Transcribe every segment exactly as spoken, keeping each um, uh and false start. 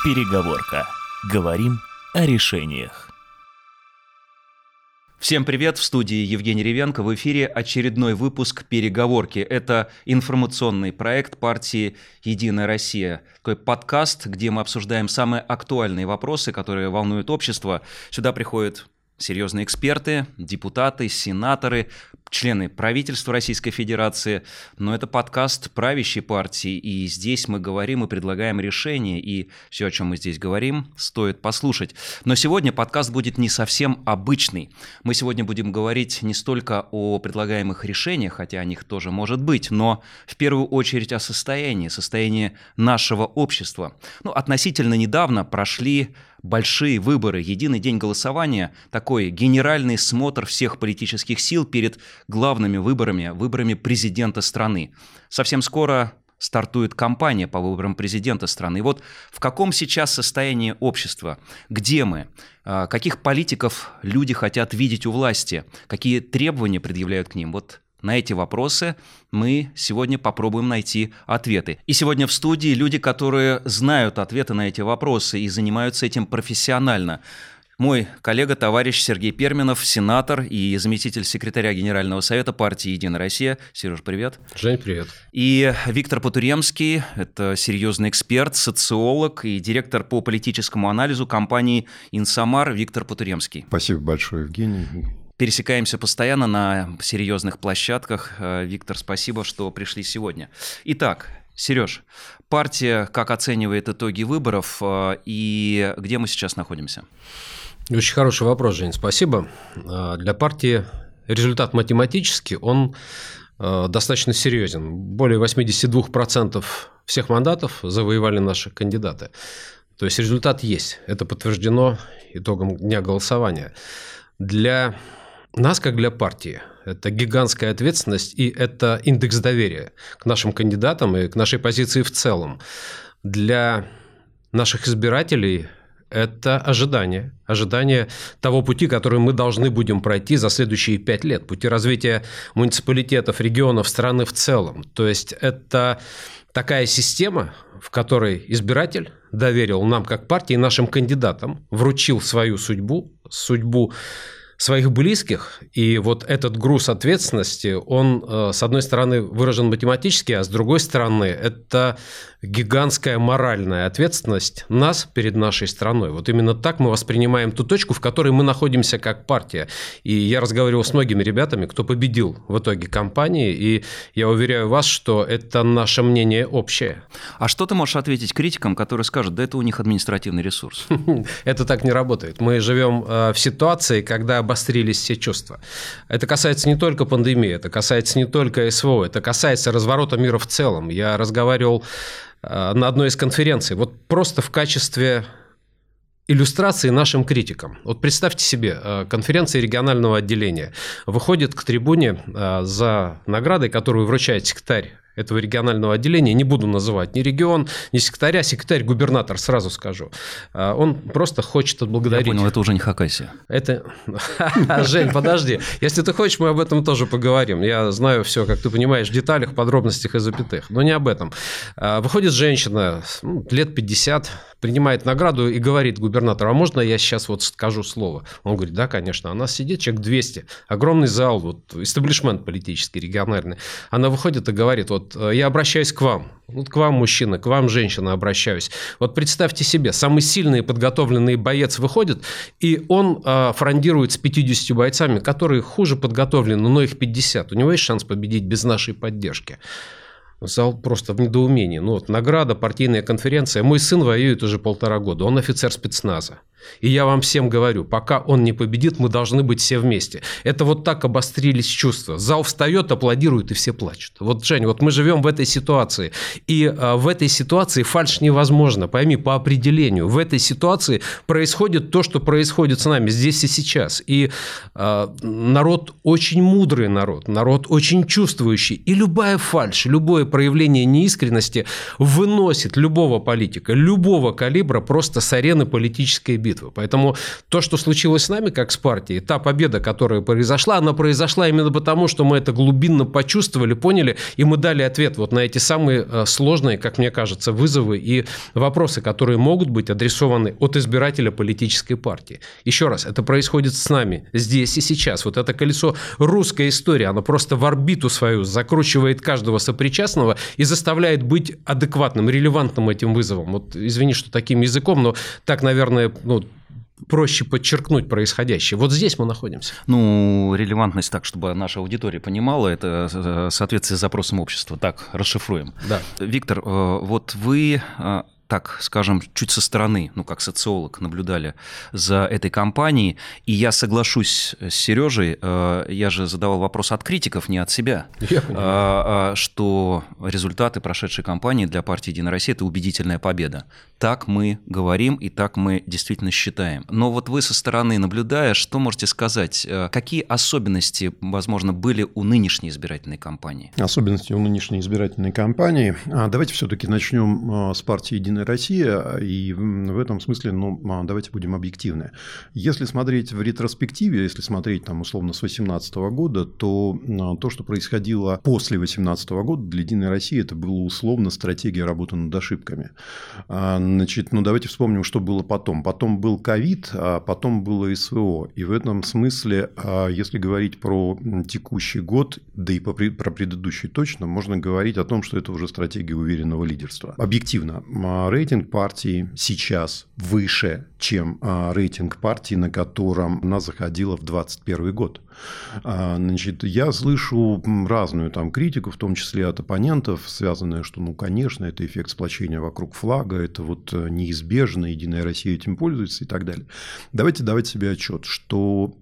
Переговорка. Говорим о решениях. Всем привет, в студии Евгений Ревенко, в эфире очередной выпуск «Переговорки». Это информационный проект партии «Единая Россия». Такой подкаст, где мы обсуждаем самые актуальные вопросы, которые волнуют общество. Сюда приходят серьезные эксперты, депутаты, сенаторы, члены правительства Российской Федерации. Но это подкаст правящей партии, и здесь мы говорим и предлагаем решения, и все, о чем мы здесь говорим, стоит послушать. Но сегодня подкаст будет не совсем обычный. Мы сегодня будем говорить не столько о предлагаемых решениях, хотя о них тоже может быть, но в первую очередь о состоянии, состоянии нашего общества. Ну, относительно недавно прошли большие выборы, единый день голосования, такой генеральный смотр всех политических сил перед главными выборами, выборами президента страны. Совсем скоро стартует кампания по выборам президента страны. И вот в каком сейчас состоянии общества? Где мы? Каких политиков люди хотят видеть у власти? Какие требования предъявляют к ним? Вот на эти вопросы мы сегодня попробуем найти ответы. И сегодня в студии люди, которые знают ответы на эти вопросы и занимаются этим профессионально. Мой коллега, товарищ Сергей Перминов, сенатор и заместитель секретаря Генерального совета партии «Единая Россия». Сереж, привет. Жень, привет. И Виктор Потуремский, это серьезный эксперт, социолог и директор по политическому анализу компании «Инсамар». Виктор Потуремский. Спасибо большое, Евгений. Пересекаемся постоянно на серьезных площадках. Виктор, спасибо, что пришли сегодня. Итак, Сереж, партия как оценивает итоги выборов и где мы сейчас находимся? Очень хороший вопрос, Жень, спасибо. Для партии результат математический, он достаточно серьезен. Более восемьдесят два процента всех мандатов завоевали наши кандидаты. То есть результат есть. Это подтверждено итогом дня голосования. Для нас, как для партии, это гигантская ответственность и это индекс доверия к нашим кандидатам и к нашей позиции в целом. Для наших избирателей это ожидание, ожидание того пути, который мы должны будем пройти за следующие пять лет, пути развития муниципалитетов, регионов, страны в целом. То есть это такая система, в которой избиратель доверил нам, как партии, нашим кандидатам, вручил свою судьбу, судьбу своих близких, и вот этот груз ответственности, он, с одной стороны, выражен математически, а с другой стороны, это гигантская моральная ответственность нас перед нашей страной. Вот именно так мы воспринимаем ту точку, в которой мы находимся как партия. И я разговаривал с многими ребятами, кто победил в итоге кампании, и я уверяю вас, что это наше мнение общее. А что ты можешь ответить критикам, которые скажут, да это у них административный ресурс? Это так не работает. Мы живем в ситуации, когда обострились все чувства. Это касается не только пандемии, это касается не только СВО, это касается разворота мира в целом. Я разговаривал на одной из конференций, вот просто в качестве иллюстрации нашим критикам. Вот представьте себе, конференция регионального отделения выходит к трибуне за наградой, которую вручает секретарь этого регионального отделения, не буду называть ни регион, ни секретаря, секретарь-губернатор, сразу скажу. Он просто хочет отблагодарить. Я понял, это уже не Хакасия. Это... Жень, подожди. Если ты хочешь, мы об этом тоже поговорим. Я знаю все, как ты понимаешь, в деталях, подробностях и запятых. Но не об этом. Выходит женщина, лет пятьдесят, принимает награду и говорит губернатору, а можно я сейчас вот скажу слово? Он говорит, да, конечно. Она сидит, человек двести, огромный зал, вот, истеблишмент политический, региональный. Она выходит и говорит, вот я обращаюсь к вам, вот к вам, мужчина, к вам, женщина, обращаюсь. Вот представьте себе, самый сильный и подготовленный боец выходит, и он э, фрондирует с пятьюдесятью бойцами, которые хуже подготовлены, но их пятьдесят. У него есть шанс победить без нашей поддержки. Зал просто в недоумении. Ну, вот, награда, партийная конференция. Мой сын воюет уже полтора года, он офицер спецназа. И я вам всем говорю, пока он не победит, мы должны быть все вместе. Это вот так обострились чувства. Зал встает, аплодирует, и все плачут. Вот, Жень, вот мы живем в этой ситуации. И а, в этой ситуации фальшь невозможно. Пойми, по определению. В этой ситуации происходит то, что происходит с нами здесь и сейчас. И а, народ очень мудрый народ. Народ очень чувствующий. И любая фальшь, любое проявление неискренности выносит любого политика, любого калибра просто с арены политической битвы. битвы. Поэтому то, что случилось с нами, как с партией, та победа, которая произошла, она произошла именно потому, что мы это глубинно почувствовали, поняли, и мы дали ответ вот на эти самые сложные, как мне кажется, вызовы и вопросы, которые могут быть адресованы от избирателя политической партии. Еще раз, это происходит с нами здесь и сейчас. Вот это колесо русской истории, оно просто в орбиту свою закручивает каждого сопричастного и заставляет быть адекватным, релевантным этим вызовом. Вот извини, что таким языком, но так, наверное, ну, проще подчеркнуть происходящее. Вот здесь мы находимся. Ну, релевантность так, чтобы наша аудитория понимала, это соответствие с запросом общества. Так, расшифруем. Да. Виктор, вот вы... так скажем, чуть со стороны, ну, как социолог, наблюдали за этой кампанией. И я соглашусь с Сережей, я же задавал вопрос от критиков, не от себя, что результаты прошедшей кампании для партии «Единая Россия» – это убедительная победа. Так мы говорим и так мы действительно считаем. Но вот вы со стороны наблюдая, что можете сказать? Какие особенности, возможно, были у нынешней избирательной кампании? Особенности у нынешней избирательной кампании. Давайте все-таки начнем с партии «Единая Россия», и в этом смысле, ну, давайте будем объективны. Если смотреть в ретроспективе, если смотреть там условно с две тысячи восемнадцатого года, то то, что происходило после две тысячи восемнадцатого года для «Единой России», это была условно стратегия работы над ошибками. Значит, ну, давайте вспомним, что было потом. Потом был ковид, а потом было СВО. И в этом смысле, если говорить про текущий год, да и про предыдущий точно, можно говорить о том, что это уже стратегия уверенного лидерства. Объективно. Рейтинг партии сейчас выше, чем рейтинг партии, на котором она заходила в двадцать первый год. Значит, я слышу разную там критику, в том числе от оппонентов, связанную, что, ну, конечно, это эффект сплочения вокруг флага, это вот неизбежно, «Единая Россия» этим пользуется и так далее. Давайте давать себе отчет, что,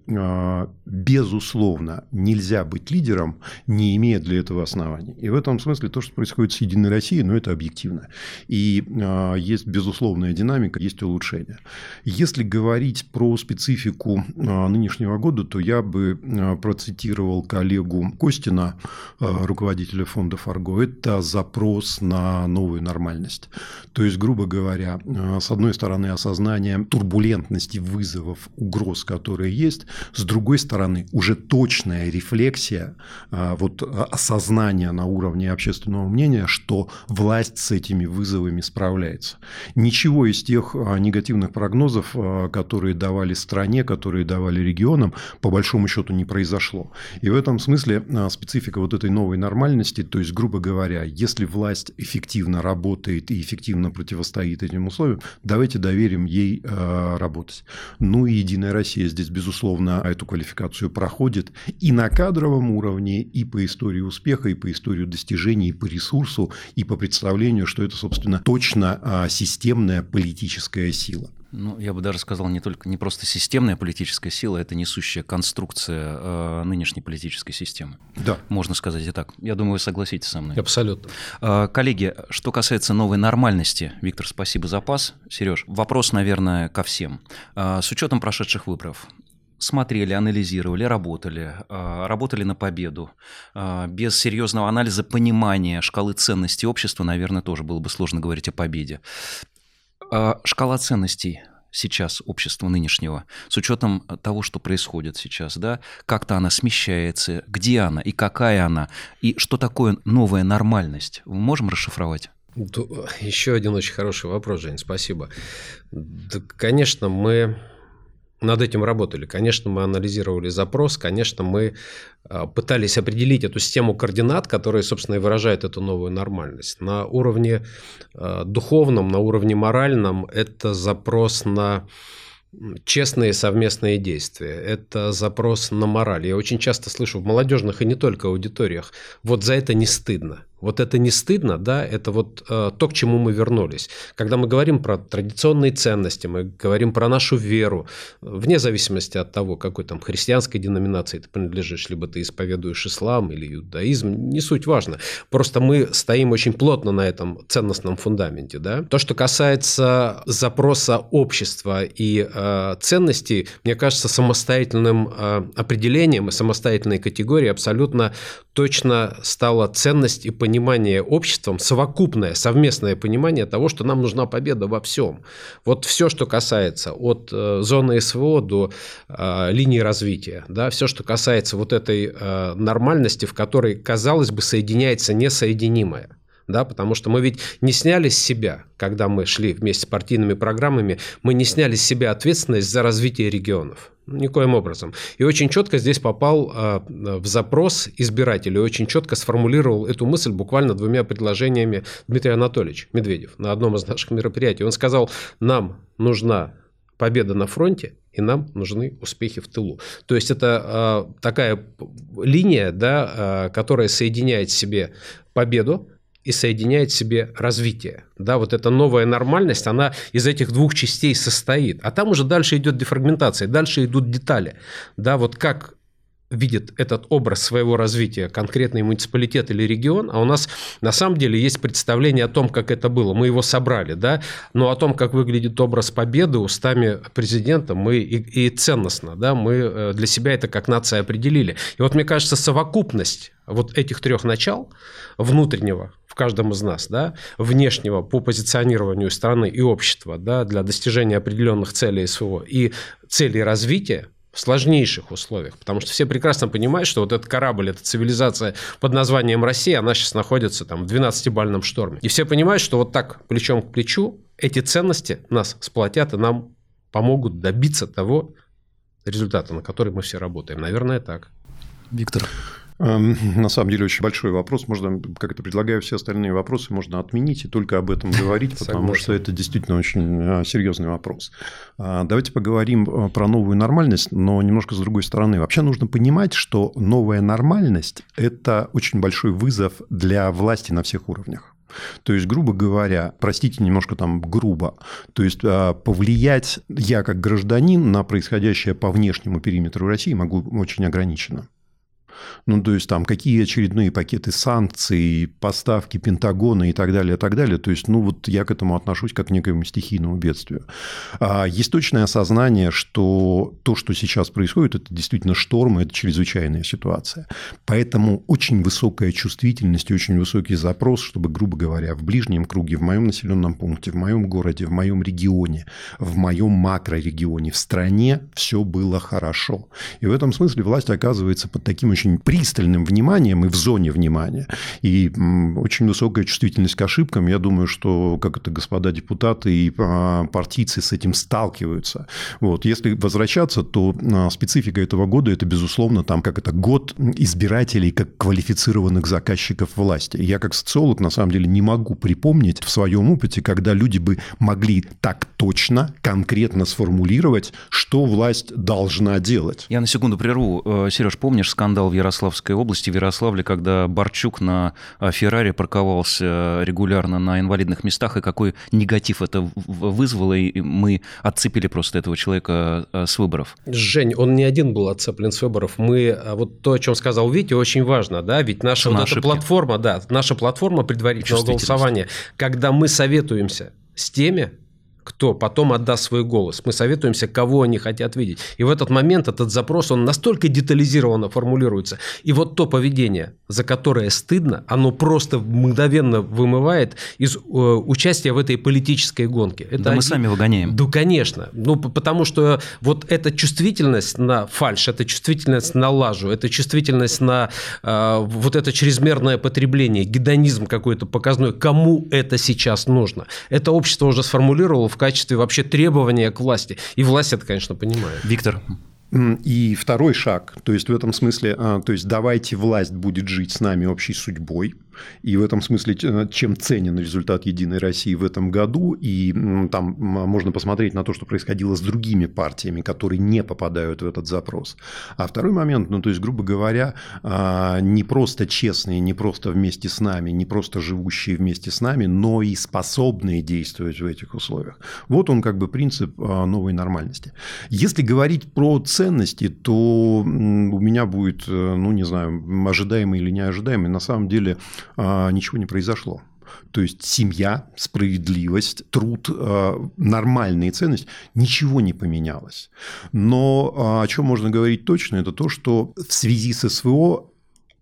безусловно, нельзя быть лидером, не имея для этого оснований. И в этом смысле то, что происходит с «Единой Россией», ну, это объективно. И есть безусловная динамика, есть улучшение. Если говорить про специфику нынешнего года, то я бы процитировал коллегу Костина, руководителя фонда «Фарго». Это запрос на новую нормальность. То есть, грубо говоря, с одной стороны, осознание турбулентности вызовов, угроз, которые есть, с другой стороны, уже точная рефлексия, вот осознание на уровне общественного мнения, что власть с этими вызовами справляется. Ничего из тех негативных прогнозов, которые давали стране, которые давали регионам, по большому счету не произошло. И в этом смысле специфика вот этой новой нормальности, то есть, грубо говоря, если власть эффективно работает и эффективно противостоит этим условиям, давайте доверим ей работать. Ну и «Единая Россия» здесь, безусловно, эту квалификацию проходит и на кадровом уровне, и по истории успеха, и по истории достижений, и по ресурсу, и по представлению, что это, собственно, точно системная политическая сила. Ну, я бы даже сказал, не только не просто системная политическая сила, это несущая конструкция э, нынешней политической системы. Да. Можно сказать и так. Я думаю, вы согласитесь со мной. Абсолютно. Э, коллеги, что касается новой нормальности, Виктор, спасибо за пас. Сереж, вопрос, наверное, ко всем. Э, с учетом прошедших выборов, смотрели, анализировали, работали, работали на победу. Без серьезного анализа понимания шкалы ценностей общества, наверное, тоже было бы сложно говорить о победе. Шкала ценностей сейчас общества нынешнего, с учетом того, что происходит сейчас, да, как-то она смещается, где она и какая она, и что такое новая нормальность, мы можем расшифровать? Еще один очень хороший вопрос, Жень, спасибо. Да, конечно, мы над этим работали. Конечно, мы анализировали запрос, конечно, мы пытались определить эту систему координат, которая, собственно, и выражает эту новую нормальность. На уровне духовном, на уровне моральном это запрос на честные совместные действия, это запрос на мораль. Я очень часто слышу в молодежных и не только аудиториях, вот за это не стыдно. Вот это не стыдно, да, это вот э, то, к чему мы вернулись. Когда мы говорим про традиционные ценности, мы говорим про нашу веру, вне зависимости от того, какой там христианской деноминации ты принадлежишь, либо ты исповедуешь ислам или иудаизм, не суть важно. Просто мы стоим очень плотно на этом ценностном фундаменте, да. То, что касается запроса общества и э, ценностей, мне кажется, самостоятельным э, определением и самостоятельной категорией абсолютно точно стала ценность и понимание понимание обществом, совокупное, совместное понимание того, что нам нужна победа во всем. Вот все, что касается от э, зоны СВО до э, линии развития, да, все, что касается вот этой э, нормальности, в которой, казалось бы, соединяется несоединимое. Да, потому что мы ведь не сняли с себя, когда мы шли вместе с партийными программами, мы не сняли с себя ответственность за развитие регионов. Никоим образом. И очень четко здесь попал э, в запрос избирателей, очень четко сформулировал эту мысль буквально двумя предложениями Дмитрий Анатольевич Медведев на одном из наших мероприятий. Он сказал, нам нужна победа на фронте, и нам нужны успехи в тылу. То есть это э, такая линия, да, э, которая соединяет в себе победу и соединяет в себе развитие. Да, вот эта новая нормальность, она из этих двух частей состоит. А там уже дальше идет дефрагментация, дальше идут детали. Да, вот как видит этот образ своего развития конкретный муниципалитет или регион, а у нас на самом деле есть представление о том, как это было. Мы его собрали, да, но о том, как выглядит образ победы устами президента, мы и, и ценностно, да, мы для себя это как нация определили. И вот мне кажется, совокупность вот этих трех начал, внутреннего в каждом из нас, да, внешнего по позиционированию страны и общества, да, для достижения определенных целей СВО и целей развития, в сложнейших условиях, потому что все прекрасно понимают, что вот этот корабль, эта цивилизация под названием Россия, она сейчас находится там в двенадцатибалльном шторме. И все понимают, что вот так плечом к плечу эти ценности нас сплотят и нам помогут добиться того результата, на который мы все работаем. Наверное, так. Виктор. На самом деле очень большой вопрос. Можно, как это предлагаю, все остальные вопросы можно отменить и только об этом говорить, потому что это действительно очень серьезный вопрос. Давайте поговорим про новую нормальность, но немножко с другой стороны. Вообще нужно понимать, что новая нормальность – это очень большой вызов для власти на всех уровнях. То есть, грубо говоря, простите, немножко там грубо, то есть повлиять я как гражданин на происходящее по внешнему периметру России могу очень ограниченно. Ну, то есть, там, какие очередные пакеты санкций, поставки Пентагона и так далее, и так далее. То есть, ну, вот я к этому отношусь как к некоему стихийному бедствию. Есть точное осознание, что то, что сейчас происходит, это действительно шторм, это чрезвычайная ситуация. Поэтому очень высокая чувствительность и очень высокий запрос, чтобы, грубо говоря, в ближнем круге, в моем населенном пункте, в моем городе, в моем регионе, в моем макрорегионе, в стране все было хорошо. И в этом смысле власть оказывается под таким очень пристальным вниманием и в зоне внимания. И очень высокая чувствительность к ошибкам. Я думаю, что, как это господа депутаты и партийцы с этим сталкиваются. Вот. Если возвращаться, то специфика этого года – это, безусловно, там, как это, год избирателей как квалифицированных заказчиков власти. Я, как социолог, на самом деле не могу припомнить в своем опыте, когда люди бы могли так точно, конкретно сформулировать, что власть должна делать. Я на секунду прерву. Сереж, помнишь скандал в Ярославской области, в Ярославле, когда Борчук на Феррари парковался регулярно на инвалидных местах, и какой негатив это вызвало, и мы отцепили просто этого человека с выборов? Жень, он не один был отцеплен с выборов. Мы, вот то, о чем сказал Витя, очень важно, да, ведь наша вот эта платформа, да, наша платформа предварительного голосования, когда мы советуемся с теми, кто потом отдаст свой голос. Мы советуемся, кого они хотят видеть. И в этот момент этот запрос, он настолько детализированно формулируется. И вот то поведение, за которое стыдно, оно просто мгновенно вымывает из э, участия в этой политической гонке. Это да, один... мы сами выгоняем. Да, конечно. Ну, потому что вот эта чувствительность на фальшь, эта чувствительность на лажу, эта чувствительность на э, вот это чрезмерное потребление, гедонизм какой-то показной, кому это сейчас нужно. Это общество уже сформулировало в качестве вообще требования к власти. И власть это, конечно, понимает. Виктор. И второй шаг, то есть в этом смысле, то есть давайте власть будет жить с нами общей судьбой. И в этом смысле, чем ценен результат «Единой России» в этом году, и там можно посмотреть на то, что происходило с другими партиями, которые не попадают в этот запрос. А второй момент, ну, то есть, грубо говоря, не просто честные, не просто вместе с нами, не просто живущие вместе с нами, но и способные действовать в этих условиях. Вот он как бы принцип новой нормальности. Если говорить про ценности, то у меня будет, ну, не знаю, ожидаемый или неожидаемый, на самом деле ничего не произошло. То есть семья, справедливость, труд, нормальные ценности, ничего не поменялось. Но о чем можно говорить точно, это то, что в связи с СВО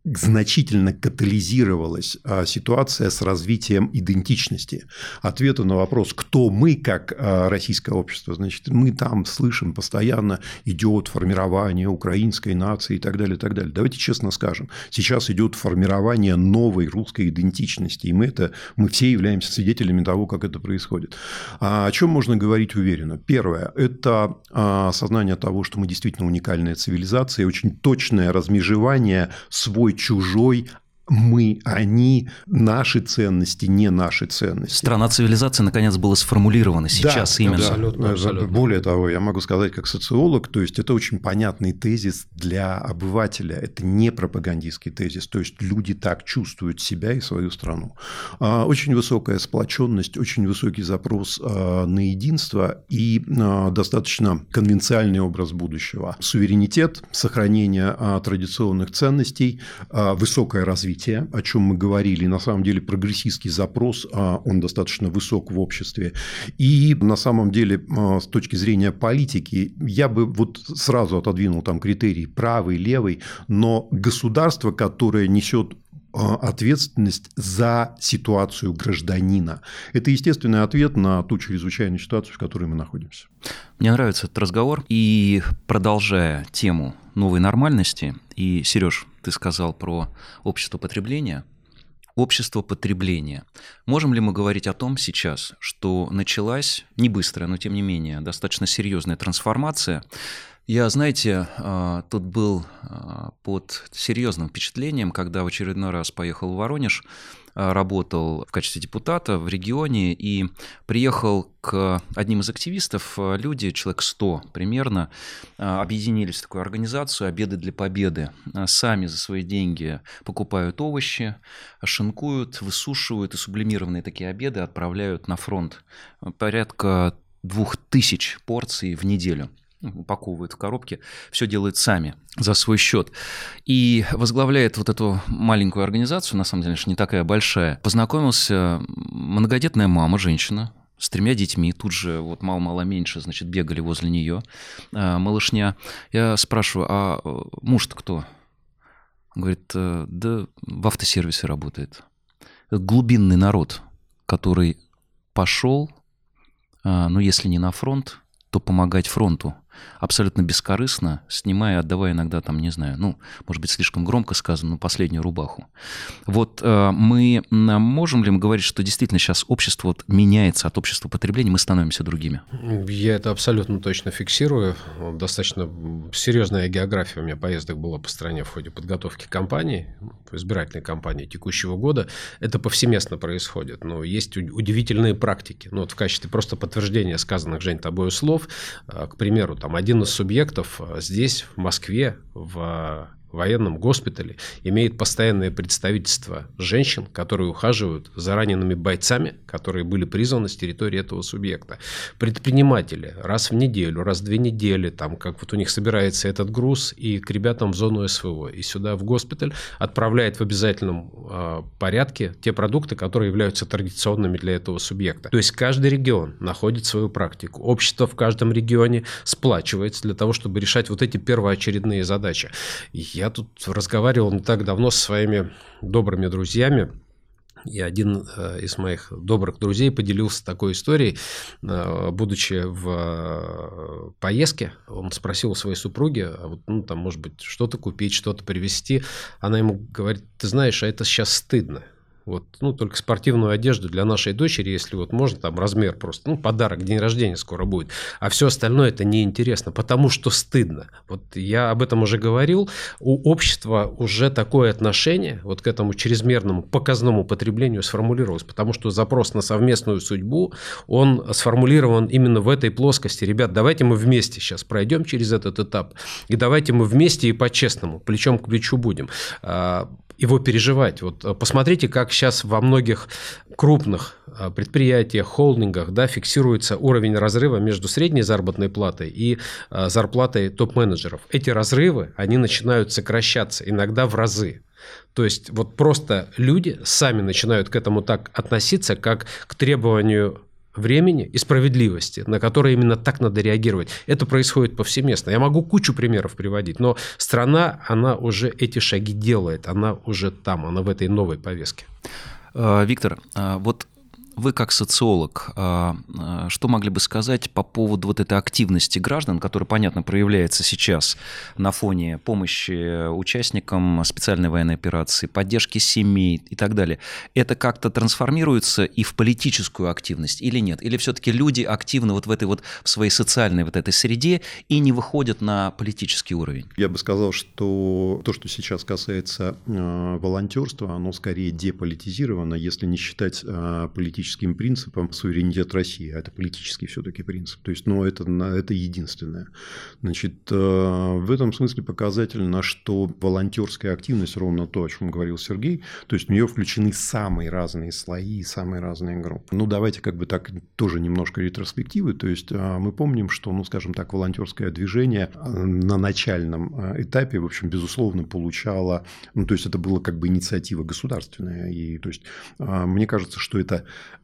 значительно катализировалась ситуация с развитием идентичности. Ответы на вопрос, кто мы, как российское общество, значит, мы там слышим постоянно, идет формирование украинской нации и так далее, и так далее. Давайте честно скажем, сейчас идет формирование новой русской идентичности, и мы, это, мы все являемся свидетелями того, как это происходит. А о чем можно говорить уверенно? Первое – это осознание того, что мы действительно уникальная цивилизация, и очень точное размежевание свой чужой, мы, они, наши ценности, не наши ценности. Страна цивилизации, наконец, была сформулирована сейчас, да, именно. Абсолютно, абсолютно. Более того, я могу сказать как социолог, то есть это очень понятный тезис для обывателя, это не пропагандистский тезис, то есть люди так чувствуют себя и свою страну. Очень высокая сплоченность, очень высокий запрос на единство и достаточно конвенциальный образ будущего. Суверенитет, сохранение традиционных ценностей, высокое развитие, о чем мы говорили, на самом деле прогрессистский запрос, он достаточно высок в обществе. И на самом деле с точки зрения политики я бы вот сразу отодвинул там критерии правый, левый, но государство, которое несет ответственность за ситуацию гражданина. Это естественный ответ на ту чрезвычайную ситуацию, в которой мы находимся. Мне нравится этот разговор. И продолжая тему новой нормальности, и, Сереж, ты сказал про общество потребления. Общество потребления. Можем ли мы говорить о том сейчас, что началась не быстрая, но тем не менее достаточно серьезная трансформация? Я, знаете, тут был под серьезным впечатлением, когда в очередной раз поехал в Воронеж, работал в качестве депутата в регионе и приехал к одним из активистов. Люди, человек сто примерно, объединились в такую организацию «Обеды для победы». Сами за свои деньги покупают овощи, шинкуют, высушивают и сублимированные такие обеды отправляют на фронт. Порядка двух тысяч порций в неделю. Упаковывают в коробки, все делают сами за свой счет. И возглавляет вот эту маленькую организацию, на самом деле, не такая большая, познакомился многодетная мама, женщина, с тремя детьми, тут же вот мало-мало меньше, значит, бегали возле нее, малышня. Я спрашиваю, а муж-то кто? Он говорит, да в автосервисе работает. Глубинный народ, который пошел, ну, если не на фронт, то помогать фронту. Абсолютно бескорыстно, снимая, отдавая иногда, там, не знаю, ну, может быть, слишком громко сказано, но последнюю рубаху. Вот э, мы можем ли мы говорить, что действительно сейчас общество вот меняется от общества потребления, мы становимся другими? Я это абсолютно точно фиксирую. Достаточно серьезная география у меня поездок была по стране в ходе подготовки кампании, избирательной кампании текущего года. Это повсеместно происходит, но есть удивительные практики. Ну, вот в качестве просто подтверждения сказанных, Жень, тобою слов, к примеру, там один из субъектов здесь, в Москве, в военном госпитале, имеет постоянное представительство женщин, которые ухаживают за ранеными бойцами, которые были призваны с территории этого субъекта. Предприниматели раз в неделю, раз в две недели, там, как вот у них собирается этот груз, и к ребятам в зону СВО, и сюда в госпиталь отправляет в обязательном э, порядке те продукты, которые являются традиционными для этого субъекта. То есть каждый регион находит свою практику. Общество в каждом регионе сплачивается для того, чтобы решать вот эти первоочередные задачи. Я тут разговаривал не так давно со своими добрыми друзьями, и один из моих добрых друзей поделился такой историей. Будучи в поездке, он спросил у своей супруги, а вот, ну, там, может быть, что-то купить, что-то привезти. Она ему говорит, ты знаешь, а это сейчас стыдно. Вот, ну, только спортивную одежду для нашей дочери, если вот можно, там размер просто, ну, подарок, день рождения скоро будет, а все остальное это неинтересно, потому что стыдно. Вот я об этом уже говорил, у общества уже такое отношение вот к этому чрезмерному показному потреблению сформулировалось, потому что запрос на совместную судьбу, он сформулирован именно в этой плоскости. Ребят, давайте мы вместе сейчас пройдем через этот этап, и давайте мы вместе и по-честному, плечом к плечу будем его переживать. Вот посмотрите, как сейчас во многих крупных предприятиях, холдингах, да, фиксируется уровень разрыва между средней заработной платой и зарплатой топ-менеджеров. Эти разрывы, они начинают сокращаться, иногда в разы. То есть вот просто люди сами начинают к этому так относиться, как к требованию времени и справедливости, на которые именно так надо реагировать. Это происходит повсеместно. Я могу кучу примеров приводить, но страна, она уже эти шаги делает, она уже там, она в этой новой повестке. Виктор, вот вы как социолог, что могли бы сказать по поводу вот этой активности граждан, которая, понятно, проявляется сейчас на фоне помощи участникам специальной военной операции, поддержки семей и так далее? Это как-то трансформируется и в политическую активность или нет? Или все-таки люди активны вот в этой вот в своей социальной вот этой среде и не выходят на политический уровень? Я бы сказал, что то, что сейчас касается волонтерства, оно скорее деполитизировано, если не считать политическим принципом суверенитет России. Это политический все-таки принцип. То есть, ну, это, это единственное. Значит, в этом смысле показательно, что волонтерская активность, ровно то, о чем говорил Сергей, то есть в нее включены самые разные слои и самые разные группы. Ну, давайте как бы так тоже немножко ретроспективы. То есть, мы помним, что, ну, скажем так, волонтерское движение на начальном этапе, в общем, безусловно, получало, ну, то есть, это была как бы инициатива государственная. И, то есть, мне кажется, что это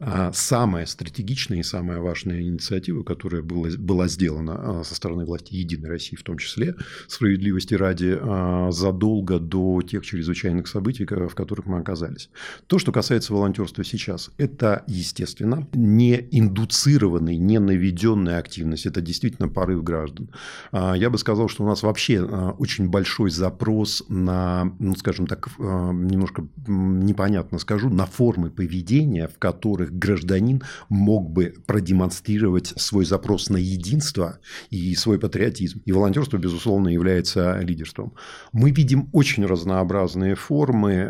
самая стратегичная и самая важная инициатива, которая была, была сделана со стороны власти Единой России, в том числе, справедливости ради, задолго до тех чрезвычайных событий, в которых мы оказались. То, что касается волонтерства сейчас, это, естественно, не индуцированная, не наведенная активность, это действительно порыв граждан. Я бы сказал, что у нас вообще очень большой запрос на, ну, скажем так, немножко непонятно скажу, на формы поведения, в которых гражданин мог бы продемонстрировать свой запрос на единство и свой патриотизм. И волонтерство, безусловно, является лидерством. Мы видим очень разнообразные формы,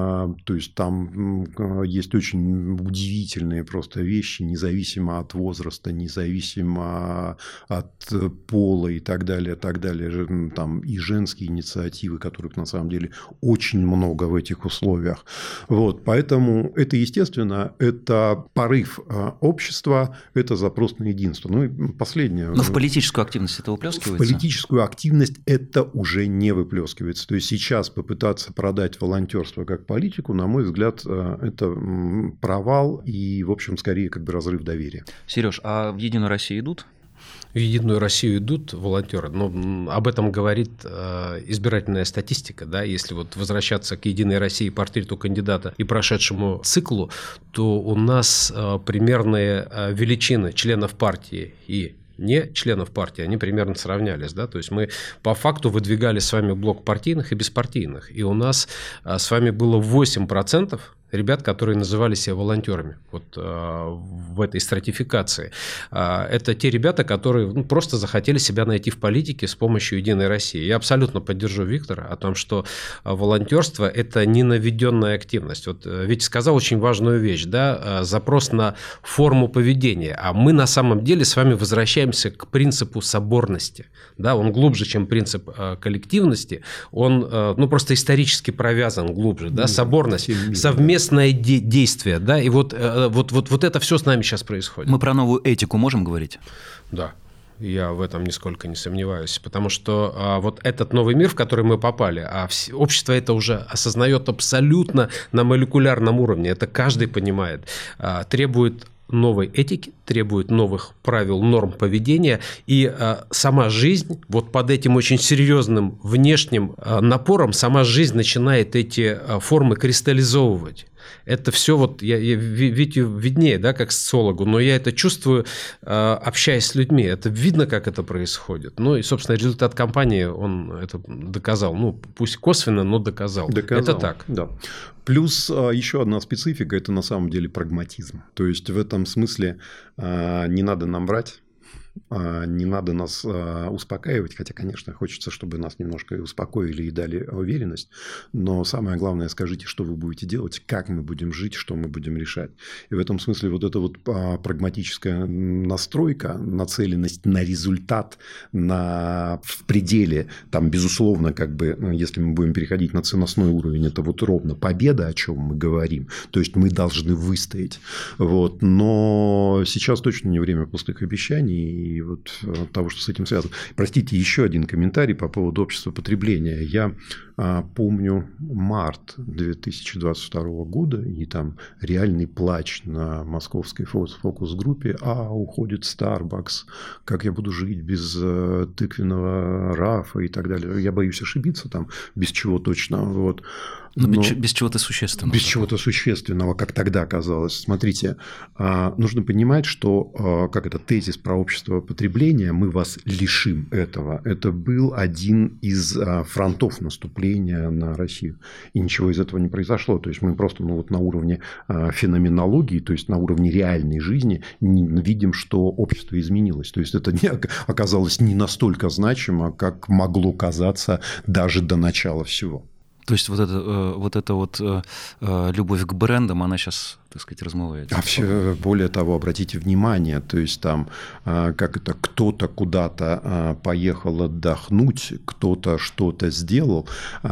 то есть там есть очень удивительные просто вещи, независимо от возраста, независимо от пола и так далее, так далее. Там и женские инициативы, которых на самом деле очень много в этих условиях. Вот, поэтому это, естественно, это порыв общества, это запрос на единство. Ну и последнее. Но в политическую активность это выплескивается? В политическую активность это уже не выплескивается. То есть сейчас попытаться продать волонтерство как политику, на мой взгляд, это провал и, в общем, скорее как бы разрыв доверия. Сереж, а в Единую Россию идут? В Единую Россию идут волонтеры, но об этом говорит э, избирательная статистика. Да? Если вот возвращаться к Единой России, портрету кандидата и прошедшему циклу, то у нас э, примерные э, величины членов партии и не членов партии, они примерно сравнялись. Да? То есть мы по факту выдвигали с вами блок партийных и беспартийных. И у нас э, с вами было восемь процентов ребят, которые называли себя волонтерами вот, э, в этой стратификации. Э, это те ребята, которые ну, просто захотели себя найти в политике с помощью Единой России. Я абсолютно поддержу Виктора о том, что волонтерство – это не наведенная активность. Вот Витя сказал очень важную вещь, да, запрос на форму поведения. А мы на самом деле с вами возвращаемся к принципу соборности. Да? Он глубже, чем принцип коллективности. Он ну, просто исторически провязан глубже. Да? Соборность, совместно действие, да, и вот, вот, вот, вот это все с нами сейчас происходит. Мы про новую этику можем говорить? Да. Я в этом нисколько не сомневаюсь, потому что а, вот этот новый мир, в который мы попали, а все, общество это уже осознает абсолютно на молекулярном уровне, это каждый понимает, а, требует новой этики, требует новых правил, норм поведения, и а, сама жизнь, вот под этим очень серьезным внешним а, напором, сама жизнь начинает эти а, формы кристаллизовывать. Это все вот, я, я Витю виднее, да, как социологу, но я это чувствую, общаясь с людьми. Это видно, как это происходит. Ну и, собственно, результат кампании, он это доказал. Ну, пусть косвенно, но доказал. доказал это так. Да. Плюс еще одна специфика – это на самом деле прагматизм. То есть, в этом смысле не надо нам врать. Не надо нас успокаивать, хотя, конечно, хочется, чтобы нас немножко успокоили и дали уверенность, но самое главное, скажите, что вы будете делать, как мы будем жить, что мы будем решать. И в этом смысле вот эта вот прагматическая настройка, нацеленность на результат, на в пределе, там, безусловно, как бы, если мы будем переходить на ценностной уровень, это вот ровно победа, о чем мы говорим, то есть мы должны выстоять. Вот. Но сейчас точно не время пустых обещаний. и вот того, что с этим связано. Простите, еще один комментарий по поводу общества потребления. Я помню март две тысячи двадцать второго года, и там реальный плач на московской фокус-группе. А, уходит Starbucks, как я буду жить без тыквенного рафа и так далее. Я боюсь ошибиться там, без чего точно. Вот. Но, Но без, без чего-то существенного. Без чего-то существенного, как тогда казалось. Смотрите, нужно понимать, что как это тезис про общество потребления, мы вас лишим этого. Это был один из фронтов наступления на Россию. И ничего из этого не произошло. То есть мы просто ну, вот на уровне феноменологии, то есть на уровне реальной жизни видим, что общество изменилось. То есть это не оказалось не настолько значимо, как могло казаться даже до начала всего. То есть вот эта вот, это вот любовь к брендам, она сейчас, так сказать, размывается. А все, более того, обратите внимание, то есть там как это кто-то куда-то поехал отдохнуть, кто-то что-то сделал,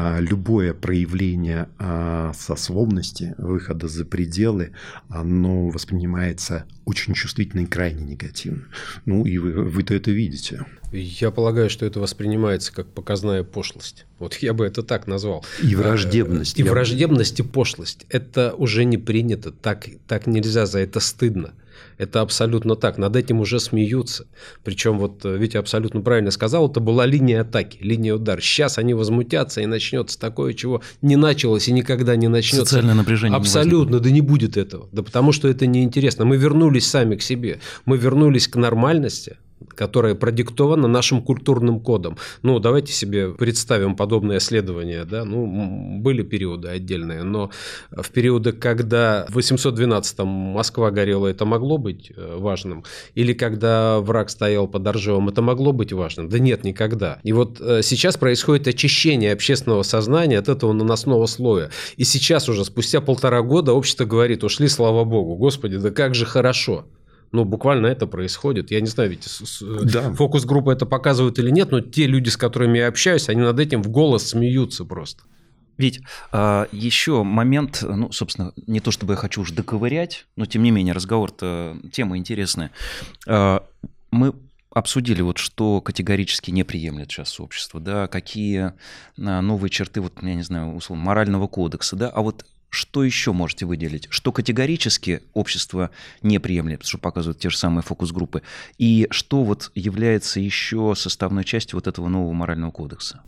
любое проявление сословности, выхода за пределы, оно воспринимается очень чувствительно и крайне негативно. Ну и вы, вы-то это видите. Я полагаю, что это воспринимается как показная пошлость. Вот я бы это так назвал. И враждебность. И враждебность, и пошлость. Это уже не принято. Так, так нельзя, за это стыдно. Это абсолютно так. Над этим уже смеются. Причем, вот Витя абсолютно правильно сказал, это была линия атаки, линия удара. Сейчас они возмутятся, и начнется такое, чего не началось и никогда не начнется. Социальное напряжение. Абсолютно, не да не будет этого. Да потому что это неинтересно. Мы вернулись сами к себе. Мы вернулись к нормальности, которая продиктована нашим культурным кодом. Ну, давайте себе представим подобное исследование. Да? Ну, были периоды отдельные, но в периоды, когда в восемьсот двенадцатом Москва горела, это могло быть важным? Или когда враг стоял под Оржевом, это могло быть важным? Да нет, никогда. И вот сейчас происходит очищение общественного сознания от этого наносного слоя. И сейчас уже, спустя полтора года, общество говорит: ушли, слава богу. Господи, да как же хорошо. Ну, буквально это происходит. Я не знаю, ведь да. Фокус-группа это показывает или нет, но те люди, с которыми я общаюсь, они над этим в голос смеются просто. Ведь а, еще момент, ну, собственно, не то чтобы я хочу уж доковырять, но тем не менее разговор-то, тема интересная. А, мы обсудили, вот, что категорически не приемлет сейчас общество, да, какие новые черты, вот, я не знаю, условно, морального кодекса, да, а вот что еще можете выделить? Что категорически общество не приемлет, потому что показывают те же самые фокус-группы, и что вот является еще составной частью вот этого нового морального кодекса?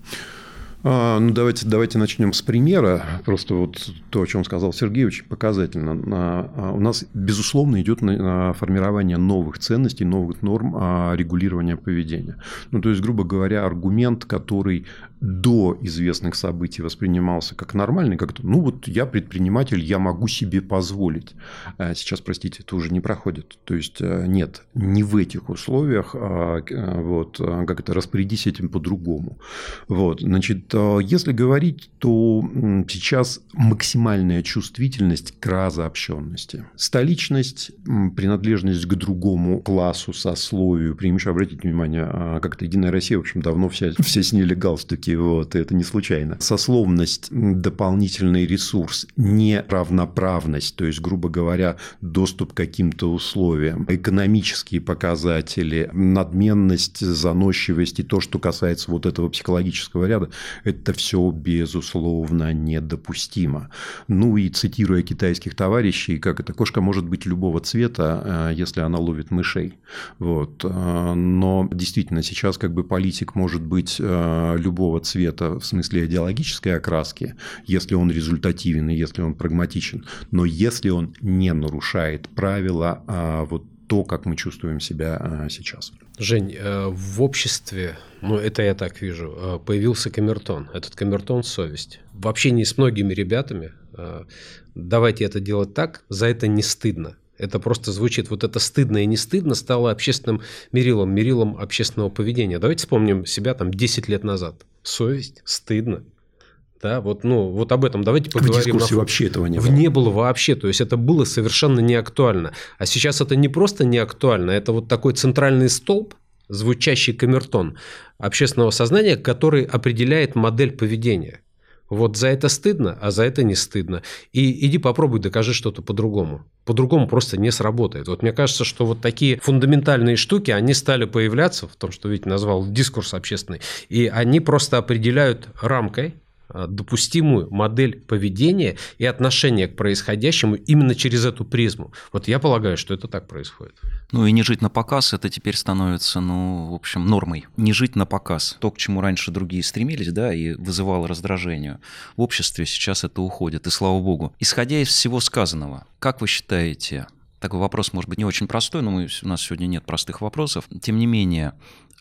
А, ну, давайте, давайте начнем с примера. Просто вот то, о чем сказал Сергей, очень показательно. А, у нас, безусловно, идет формирование новых ценностей, новых норм регулирования поведения. Ну, то есть, грубо говоря, аргумент, который до известных событий воспринимался как нормальный, как-то, ну, вот я предприниматель, я могу себе позволить. Сейчас, простите, это уже не проходит. То есть, нет, не в этих условиях, вот, как это, распорядись этим по-другому. Вот, значит, если говорить, то сейчас максимальная чувствительность к разообщенности. Столичность, принадлежность к другому классу, сословию. Еще обратите внимание, как-то Единая Россия, в общем, давно все, все сняли галстуки. Вот, это не случайно. Сословность, дополнительный ресурс, неравноправность, то есть, грубо говоря, доступ к каким-то условиям, экономические показатели, надменность, заносчивость и то, что касается вот этого психологического ряда, это все, безусловно, недопустимо. Ну и цитируя китайских товарищей, как это, кошка может быть любого цвета, если она ловит мышей. Вот. Но действительно, сейчас как бы политик может быть любого цвета в смысле идеологической окраски, если он результативен и если он прагматичен, но если он не нарушает правила, а вот то, как мы чувствуем себя сейчас. Жень, в обществе, ну это я так вижу, появился камертон. Этот камертон – совесть. В общении с многими ребятами давайте это делать так, за это не стыдно. Это просто звучит, вот это стыдно и не стыдно стало общественным мерилом, мерилом общественного поведения. Давайте вспомним себя там десять лет назад. Совесть, стыдно. Да, вот, ну, вот об этом давайте поговорим. В дискурсе вообще этого не было. Не было вообще, то есть это было совершенно не актуально. А сейчас это не просто не актуально, это вот такой центральный столб, звучащий камертон общественного сознания, который определяет модель поведения. Вот за это стыдно, а за это не стыдно. И иди попробуй докажи что-то по-другому. По-другому просто не сработает. Вот мне кажется, что вот такие фундаментальные штуки, они стали появляться в том, что Витя назвал дискурс общественный, и они просто определяют рамкой допустимую модель поведения и отношения к происходящему именно через эту призму. Вот я полагаю, что это так происходит. Ну и не жить на показ, это теперь становится, ну, в общем, нормой. Не жить на показ. То, к чему раньше другие стремились, да, и вызывало раздражение. В обществе сейчас это уходит, и слава богу. Исходя из всего сказанного, как вы считаете, такой вопрос может быть не очень простой, но мы, у нас сегодня нет простых вопросов, тем не менее,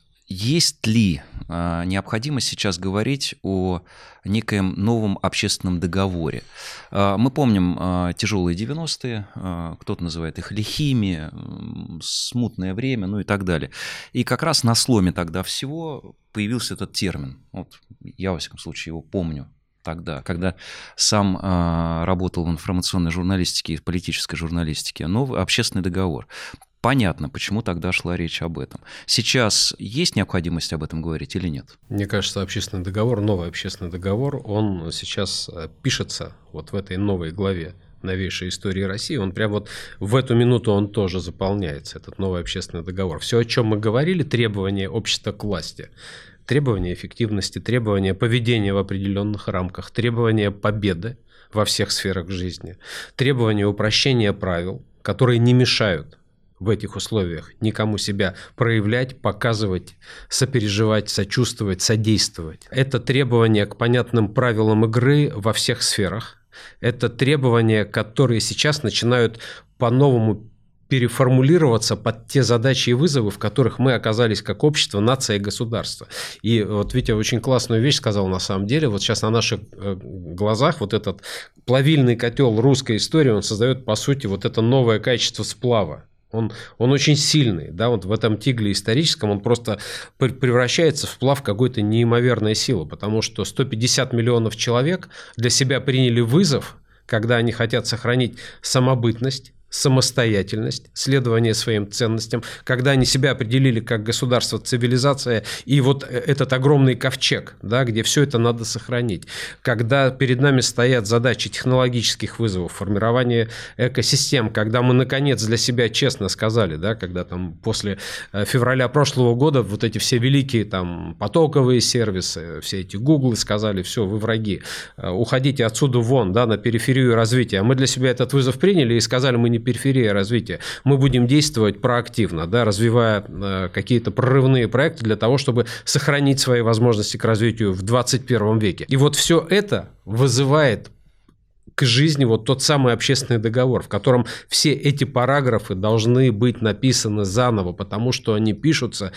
есть ли э, необходимость сейчас говорить о некоем новом общественном договоре? Э, мы помним э, тяжелые девяностые, э, кто-то называет их лихими, э, смутное время, ну и так далее. И как раз на сломе тогда всего появился этот термин. Вот я, во всяком случае, его помню. Тогда, когда сам э, работал в информационной журналистике и политической журналистике, новый общественный договор. Понятно, почему тогда шла речь об этом. Сейчас есть необходимость об этом говорить или нет? Мне кажется, общественный договор, новый общественный договор, он сейчас пишется вот в этой новой главе новейшей истории России. Он прям вот в эту минуту он тоже заполняется, этот новый общественный договор. Все, о чем мы говорили, требования общества к власти, требования эффективности, требования поведения в определенных рамках, требования победы во всех сферах жизни, требования упрощения правил, которые не мешают в этих условиях никому себя проявлять, показывать, сопереживать, сочувствовать, содействовать. Это требования к понятным правилам игры во всех сферах. Это требования, которые сейчас начинают по-новому переформулироваться под те задачи и вызовы, в которых мы оказались как общество, нация и государство. И вот Витя очень классную вещь сказал на самом деле. Вот сейчас на наших глазах вот этот плавильный котел русской истории, он создает, по сути, вот это новое качество сплава. Он, он очень сильный, да, вот в этом тигле историческом он просто превращается в сплав какой-то неимоверной силы, потому что сто пятьдесят миллионов человек для себя приняли вызов, когда они хотят сохранить самобытность, самостоятельность, следование своим ценностям, когда они себя определили как государство, цивилизация, и вот этот огромный ковчег, да, где все это надо сохранить. Когда перед нами стоят задачи технологических вызовов, формирования экосистем, когда мы, наконец, для себя честно сказали, да, когда там после февраля прошлого года вот эти все великие там потоковые сервисы, все эти гуглы сказали, все, вы враги, уходите отсюда вон, да, на периферию развития. А мы для себя этот вызов приняли и сказали, мы не периферия развития. Мы будем действовать проактивно, да, развивая э, какие-то прорывные проекты для того, чтобы сохранить свои возможности к развитию в двадцать первом веке. И вот все это вызывает к жизни вот тот самый общественный договор, в котором все эти параграфы должны быть написаны заново, потому что они пишутся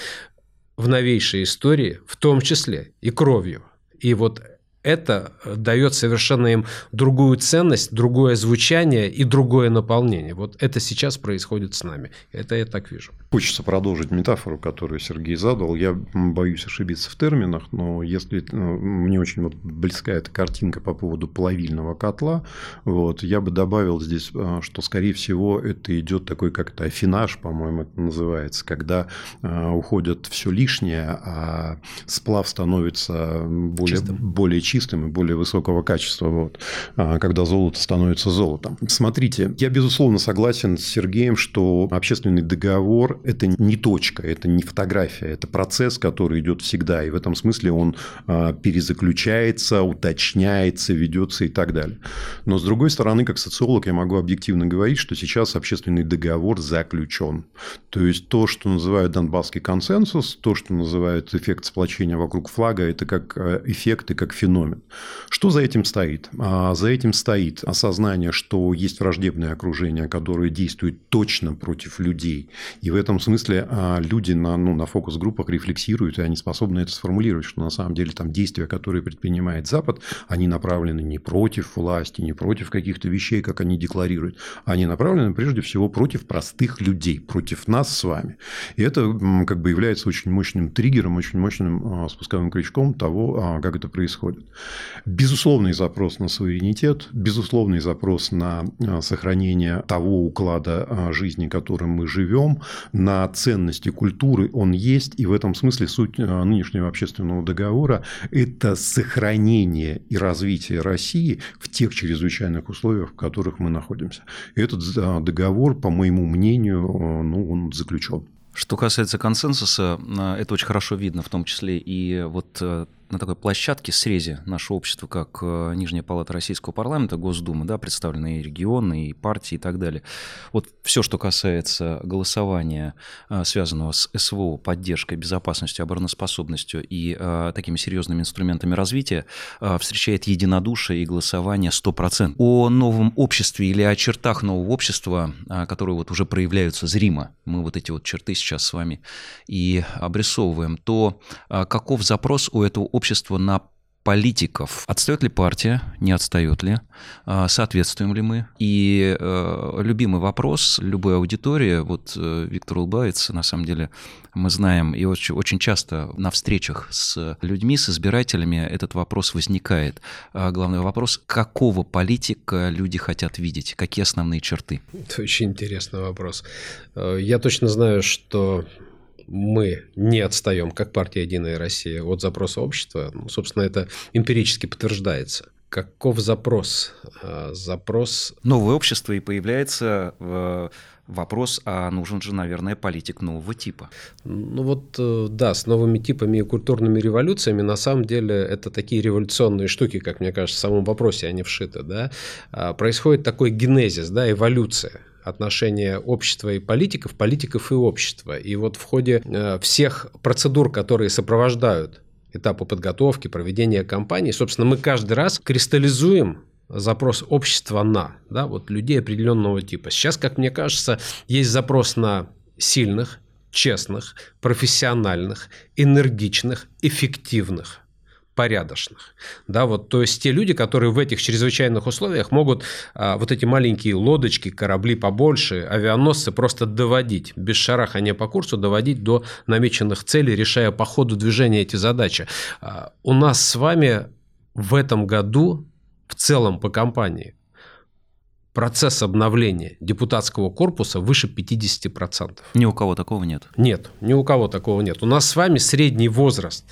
в новейшей истории, в том числе и кровью. И вот это дает совершенно им другую ценность, другое звучание и другое наполнение. Вот это сейчас происходит с нами. Это я так вижу. Хочется продолжить метафору, которую Сергей задал. Я боюсь ошибиться в терминах, но если мне очень вот близка эта картинка по поводу плавильного котла, вот, я бы добавил здесь, что, скорее всего, это идет такой как-то аффинаж, по-моему, это называется, когда уходит все лишнее, а сплав становится более чистым, более чистым и более высокого качества, вот, когда золото становится золотом. Смотрите, я, безусловно, согласен с Сергеем, что общественный договор – это не точка, это не фотография, это процесс, который идет всегда, и в этом смысле он перезаключается, уточняется, ведется и так далее. Но, с другой стороны, как социолог, я могу объективно говорить, что сейчас общественный договор заключен. То есть, то, что называют Донбасский консенсус, то, что называют эффект сплочения вокруг флага, это как эффект и как феномен. Что за этим стоит? За этим стоит осознание, что есть враждебное окружение, которое действует точно против людей. И в этом смысле люди на, ну, на фокус-группах рефлексируют, и они способны это сформулировать, что на самом деле там действия, которые предпринимает Запад, они направлены не против власти, не против каких-то вещей, как они декларируют, они направлены прежде всего против простых людей, против нас с вами. И это как бы является очень мощным триггером, очень мощным спусковым крючком того, как это происходит. Безусловный запрос на суверенитет, безусловный запрос на сохранение того уклада жизни, которым мы живем, на ценности культуры он есть. И в этом смысле суть нынешнего общественного договора – это сохранение и развитие России в тех чрезвычайных условиях, в которых мы находимся. И этот договор, по моему мнению, ну, он заключен. Что касается консенсуса, это очень хорошо видно, в том числе и вот на такой площадке, срезе нашего общества, как Нижняя палата Российского парламента, Госдума, да, представлены и регионы, и партии, и так далее. Вот все, что касается голосования, связанного с СВО, поддержкой, безопасностью, обороноспособностью и а, такими серьезными инструментами развития, а, встречает единодушие и голосование сто процентов. О новом обществе или о чертах нового общества, а, которые вот уже проявляются зримо, мы вот эти вот черты сейчас с вами и обрисовываем, то а, каков запрос у этого общества на политиков? Отстает ли партия, не отстает ли, соответствуем ли мы? И э, любимый вопрос любой аудитории, вот э, Виктор улыбается, на самом деле мы знаем, и очень, очень часто на встречах с людьми, с избирателями этот вопрос возникает. А главный вопрос, какого политика люди хотят видеть, какие основные черты? Это очень интересный вопрос. Я точно знаю, что мы не отстаем, как партия «Единая Россия», от запроса общества. Ну, собственно, это эмпирически подтверждается. Каков запрос? Запрос... Новое общество, и появляется вопрос, а нужен же, наверное, политик нового типа. Ну вот, да, с новыми типами и культурными революциями, на самом деле, это такие революционные штуки, как мне кажется, в самом вопросе они вшиты, да. Происходит такой генезис, да, эволюция отношения общества и политиков, политиков и общества. И вот в ходе всех процедур, которые сопровождают этапы подготовки, проведения кампании, собственно, мы каждый раз кристаллизуем запрос общества на, да, вот людей определенного типа. Сейчас, как мне кажется, есть запрос на сильных, честных, профессиональных, энергичных, эффективных, порядочных. Да, вот, то есть те люди, которые в этих чрезвычайных условиях могут а, вот эти маленькие лодочки, корабли побольше, авианосцы просто доводить, без шарахания по курсу, доводить до намеченных целей, решая по ходу движения эти задачи. А, у нас с вами в этом году в целом по кампании процесс обновления депутатского корпуса выше пятьдесят процентов. Ни у кого такого нет? Нет, ни у кого такого нет. У нас с вами средний возраст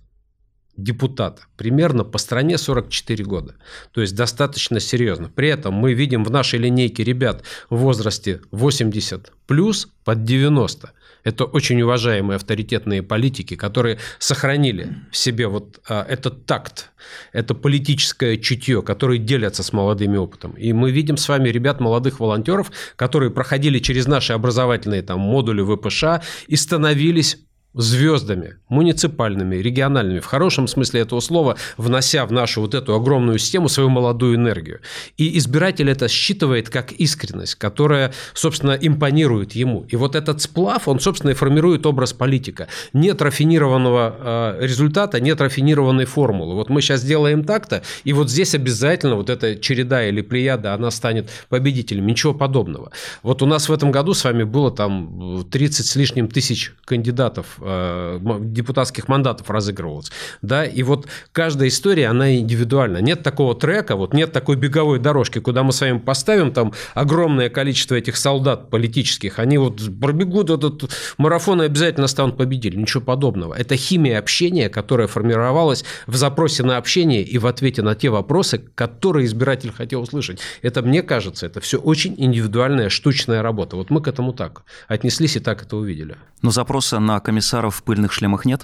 депутата примерно по стране сорок четыре года. То есть достаточно серьезно. При этом мы видим в нашей линейке ребят в возрасте восемьдесят плюс под девяносто. Это очень уважаемые авторитетные политики, которые сохранили в себе вот а, этот такт, это политическое чутье, которые делятся с молодыми опытом. И мы видим с вами ребят, молодых волонтеров, которые проходили через наши образовательные там, модули вэ пэ ша и становились звездами муниципальными, региональными, в хорошем смысле этого слова, внося в нашу вот эту огромную систему свою молодую энергию. И избиратель это считывает как искренность, которая, собственно, импонирует ему. И вот этот сплав, он, собственно, и формирует образ политика. Нет рафинированного э, результата, нет рафинированной формулы. Вот мы сейчас делаем так-то, и вот здесь обязательно вот эта череда или плеяда, она станет победителем. Ничего подобного. Вот у нас в этом году с вами было там тридцать с лишним тысяч кандидатов, депутатских мандатов разыгрывалось. Да? И вот каждая история, она индивидуальна. Нет такого трека, вот нет такой беговой дорожки, куда мы с вами поставим там огромное количество этих солдат политических, они вот пробегут этот марафон и обязательно станут победителем. Ничего подобного. Это химия общения, которая формировалась в запросе на общение и в ответе на те вопросы, которые избиратель хотел услышать. Это, мне кажется, это все очень индивидуальная, штучная работа. Вот мы к этому так отнеслись и так это увидели. Но запроса на комиссаров в пыльных шлемах нет?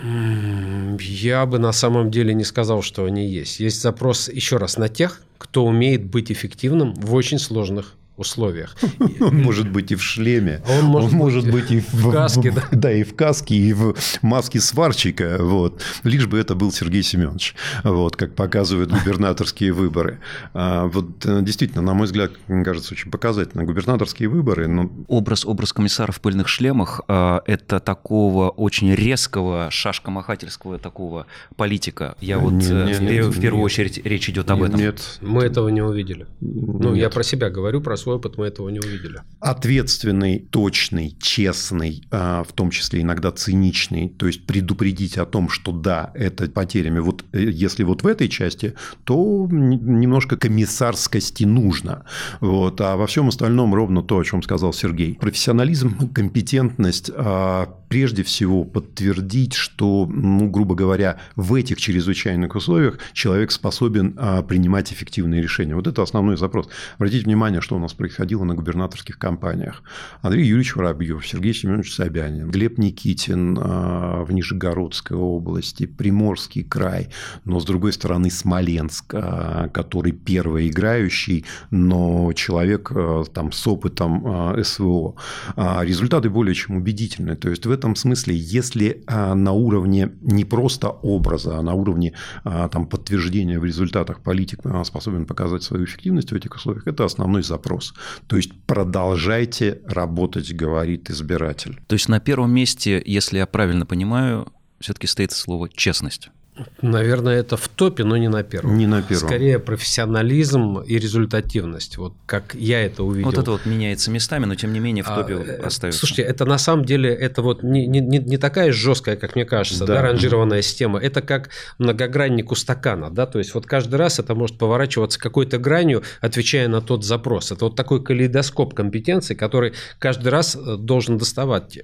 Я бы на самом деле не сказал, что они есть. Есть запрос, еще раз, на тех, кто умеет быть эффективным в очень сложных условиях. Он может быть и в шлеме, он может, он может быть и в, в каске, в, да. да, и в каске, и в маске сварщика, вот. Лишь бы это был Сергей Семенович, вот, как показывают губернаторские выборы. А, вот, действительно, на мой взгляд, мне кажется, очень показательно губернаторские выборы. Но... Образ, образ комиссара в пыльных шлемах – это такого очень резкого, шашкомахательского такого политика. Я вот нет, в, нет, в первую нет. очередь речь идет об нет, этом. Нет. Мы этого не увидели. Ну, нет. я про себя говорю, про свой опыт мы этого не увидели. Ответственный, точный, честный, в том числе иногда циничный, то есть предупредить о том, что да, это потерями. Вот если вот в этой части, то немножко комиссарскости нужно. Вот. А во всем остальном ровно то, о чем сказал Сергей. Профессионализм, компетентность, прежде всего подтвердить, что, ну, грубо говоря, в этих чрезвычайных условиях человек способен принимать эффективные решения. Вот это основной запрос. Обратите внимание, что у нас происходило на губернаторских кампаниях. Андрей Юрьевич Воробьев, Сергей Семенович Собянин, Глеб Никитин в Нижегородской области, Приморский край, но, с другой стороны, Смоленск, который первый играющий, но человек там, с опытом СВО. Результаты более чем убедительны. То есть, в этом смысле, если на уровне не просто образа, а на уровне там, подтверждения в результатах политик способен показать свою эффективность в этих условиях, это основной запрос. То есть, продолжайте работать, говорит избиратель. То есть, на первом месте, если я правильно понимаю, все-таки стоит слово «честность». Наверное, это в топе, но не на первом. Не на первом. Скорее, профессионализм и результативность. Вот как я это увидел. Вот это вот меняется местами, но тем не менее в топе а, остается. Слушайте, это на самом деле это вот не, не, не такая жесткая, как мне кажется, да. Да, ранжированная система. Это как многогранник у стакана. Да? То есть, вот каждый раз это может поворачиваться какой-то гранью, отвечая на тот запрос. Это вот такой калейдоскоп компетенций, который каждый раз должен доставать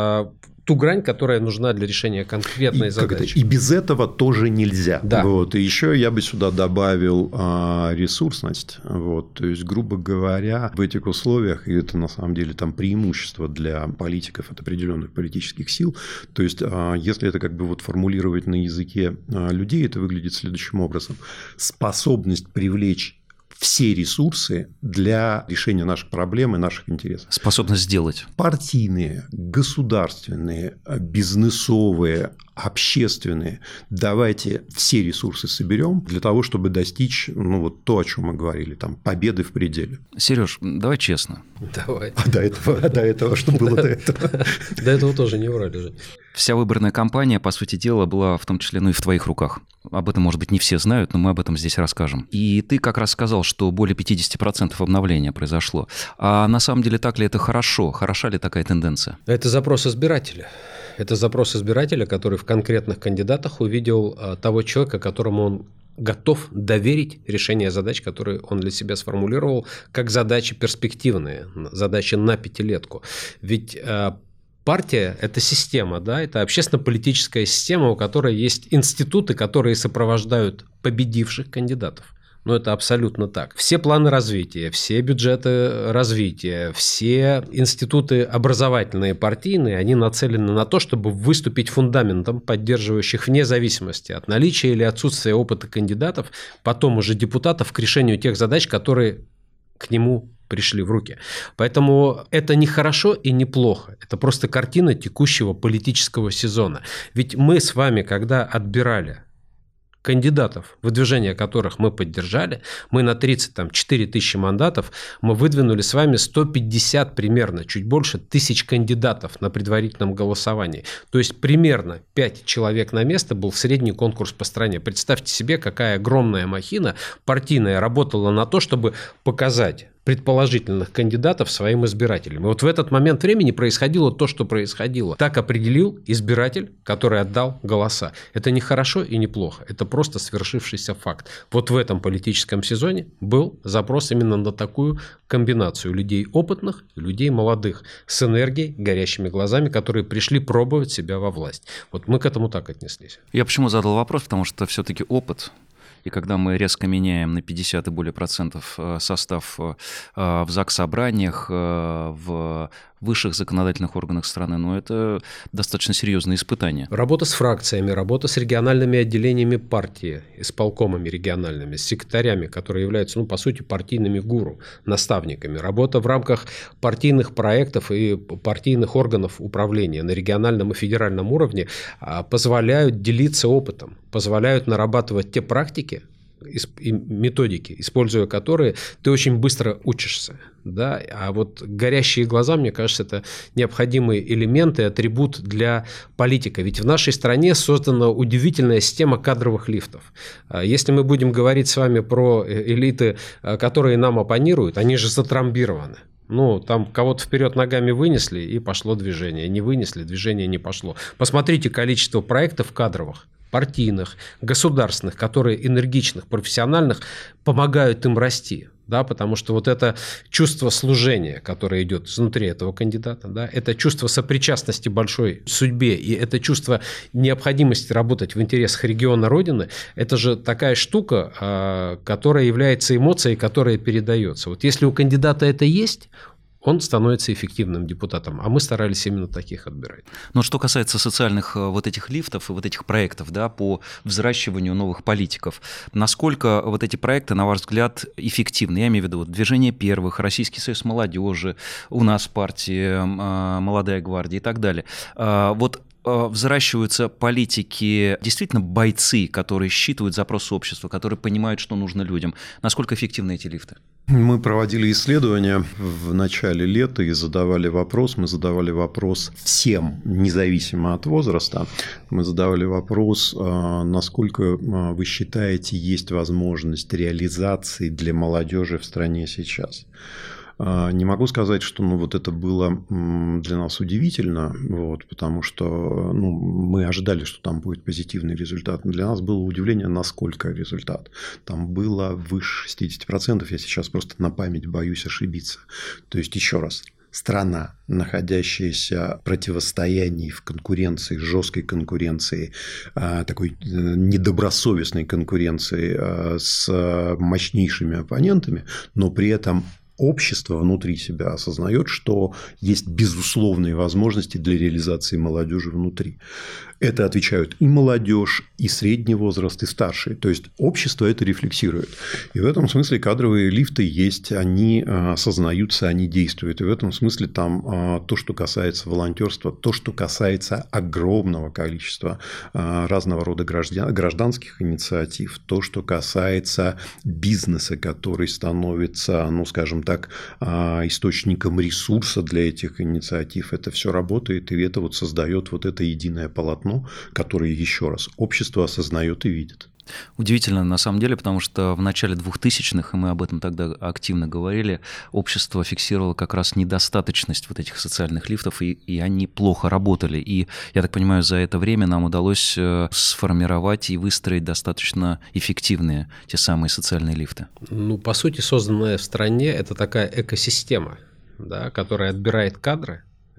ту грань, которая нужна для решения конкретной и, задачи. И без этого тоже нельзя. Да. Вот. И еще я бы сюда добавил а, ресурсность. Вот. То есть, грубо говоря, в этих условиях, и это на самом деле там преимущество для политиков от определенных политических сил, то есть, а, если это как бы вот формулировать на языке а, людей, это выглядит следующим образом. Способность привлечь все ресурсы для решения наших проблем и наших интересов. Способность сделать. Партийные, государственные, бизнесовые, общественные. Давайте все ресурсы соберем для того, чтобы достичь, ну, вот то, о чем мы говорили, там, победы в пределе. Сереж, давай честно. Давай. А до этого, а до этого что было до этого? До этого тоже не врали же. Вся выборная кампания, по сути дела, была в том числе, ну, и в твоих руках. Об этом, может быть, не все знают, но мы об этом здесь расскажем. И ты как раз сказал, что более пятьдесят процентов обновления произошло. А на самом деле так ли это хорошо? Хороша ли такая тенденция? Это запрос избирателя. Это запрос избирателя, который в конкретных кандидатах увидел того человека, которому он готов доверить решение задач, которые он для себя сформулировал, как задачи перспективные, задачи на пятилетку. Ведь партия – это система, да, это общественно-политическая система, у которой есть институты, которые сопровождают победивших кандидатов. Но это абсолютно так. Все планы развития, все бюджеты развития, все институты образовательные, партийные, они нацелены на то, чтобы выступить фундаментом, поддерживающих вне зависимости от наличия или отсутствия опыта кандидатов, потом уже депутатов к решению тех задач, которые к нему пришли в руки. Поэтому это не хорошо и не плохо. Это просто картина текущего политического сезона. Ведь мы с вами, когда отбирали кандидатов, выдвижение которых мы поддержали, мы на тридцать четыре тысячи мандатов, мы выдвинули с вами сто пятьдесят примерно, чуть больше тысяч кандидатов на предварительном голосовании. То есть, примерно пять человек на место был средний конкурс по стране. Представьте себе, какая огромная махина партийная работала на то, чтобы показать предположительных кандидатов своим избирателям. И вот в этот момент времени происходило то, что происходило. Так определил избиратель, который отдал голоса. Это не хорошо и не плохо. Это просто свершившийся факт. Вот в этом политическом сезоне был запрос именно на такую комбинацию людей опытных и людей молодых с энергией, горящими глазами, которые пришли пробовать себя во власть. Вот мы к этому так отнеслись. Я почему задал вопрос? Потому что все-таки опыт. И когда мы резко меняем на пятьдесят и более процентов состав в заксобраниях, в высших законодательных органах страны, ну, это достаточно серьезное испытание. Работа с фракциями, работа с региональными отделениями партии, исполкомами региональными, с секретарями, которые являются, ну, по сути, партийными гуру, наставниками. Работа в рамках партийных проектов и партийных органов управления на региональном и федеральном уровне позволяют делиться опытом, позволяют нарабатывать те практики, и методики, используя которые ты очень быстро учишься. Да? А вот горящие глаза, мне кажется, это необходимый элемент и атрибут для политика. Ведь в нашей стране создана удивительная система кадровых лифтов. Если мы будем говорить с вами про элиты, которые нам оппонируют, они же затрамбированы. Ну, там кого-то вперед ногами вынесли, и пошло движение. Не вынесли, движение не пошло. Посмотрите количество проектов кадровых, партийных, государственных, которые энергичных, профессиональных, помогают им расти. Да, потому что вот это чувство служения, которое идет изнутри этого кандидата, да, это чувство сопричастности большой судьбе и это чувство необходимости работать в интересах региона Родины, это же такая штука, которая является эмоцией, которая передается. Вот если у кандидата это есть, он становится эффективным депутатом. А мы старались именно таких отбирать. Но что касается социальных вот этих лифтов и вот этих проектов, да, по взращиванию новых политиков, насколько вот эти проекты, на ваш взгляд, эффективны? Я имею в виду вот «Движение первых», Российский союз молодежи, у нас партия «Молодая гвардия» и так далее. Вот взращиваются политики, действительно бойцы, которые считывают запросы общества, которые понимают, что нужно людям. Насколько эффективны эти лифты? Мы проводили исследования в начале лета и задавали вопрос. Мы задавали вопрос всем, независимо от возраста. Мы задавали вопрос, насколько вы считаете, есть возможность реализации для молодежи в стране сейчас. Не могу сказать, что ну, вот это было для нас удивительно, вот, потому что ну, мы ожидали, что там будет позитивный результат. Но для нас было удивление, насколько результат. Там было выше шестьдесят процентов, я сейчас просто на память боюсь ошибиться. То есть, еще раз. Страна, находящаяся в противостоянии, в конкуренции, жесткой конкуренции, такой недобросовестной конкуренции с мощнейшими оппонентами, но при этом общество внутри себя осознает, что есть безусловные возможности для реализации молодежи внутри. Это отвечают и молодежь, и средний возраст, и старшие. То есть, общество это рефлексирует. И в этом смысле кадровые лифты есть, они осознаются, они действуют. И в этом смысле там то, что касается волонтерства, то, что касается огромного количества разного рода гражданских инициатив, то, что касается бизнеса, который становится, ну, скажем так, источником ресурса для этих инициатив, это все работает, и это вот создает вот это единое полотно, которое, еще раз, общество осознает и видит. Удивительно, на самом деле, потому что в начале двухтысячных, и мы об этом тогда активно говорили, общество фиксировало как раз недостаточность вот этих социальных лифтов, и, и они плохо работали. И, я так понимаю, за это время нам удалось сформировать и выстроить достаточно эффективные те самые социальные лифты. Ну, по сути, созданная в стране, это такая экосистема, да, которая отбирает кадры,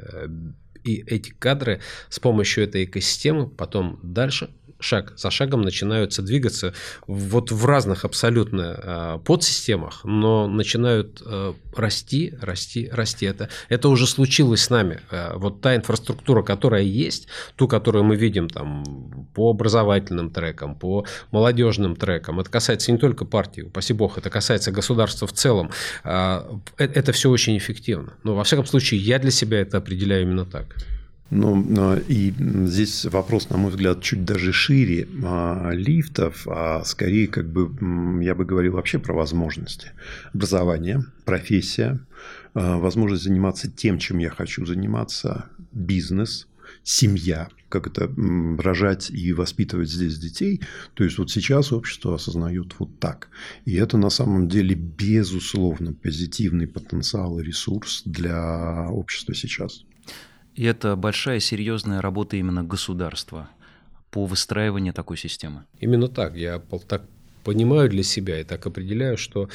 и эти кадры с помощью этой экосистемы потом дальше шаг за шагом начинаются двигаться вот в разных абсолютно подсистемах, но начинают расти, расти, расти. Это, это уже случилось с нами. Вот та инфраструктура, которая есть, ту, которую мы видим там, по образовательным трекам, по молодежным трекам, это касается не только партии, упаси бог, это касается государства в целом. Это все очень эффективно. Но, во всяком случае, я для себя это определяю именно так. Ну, и здесь вопрос, на мой взгляд, чуть даже шире лифтов, а скорее, как бы, я бы говорил вообще про возможности. Образование, профессия, возможность заниматься тем, чем я хочу заниматься, бизнес, семья, как это рожать и воспитывать здесь детей. То есть, вот сейчас общество осознает вот так. И это на самом деле, безусловно, позитивный потенциал и ресурс для общества сейчас. И это большая, серьезная работа именно государства по выстраиванию такой системы. Именно так. Я так понимаю для себя и так определяю, что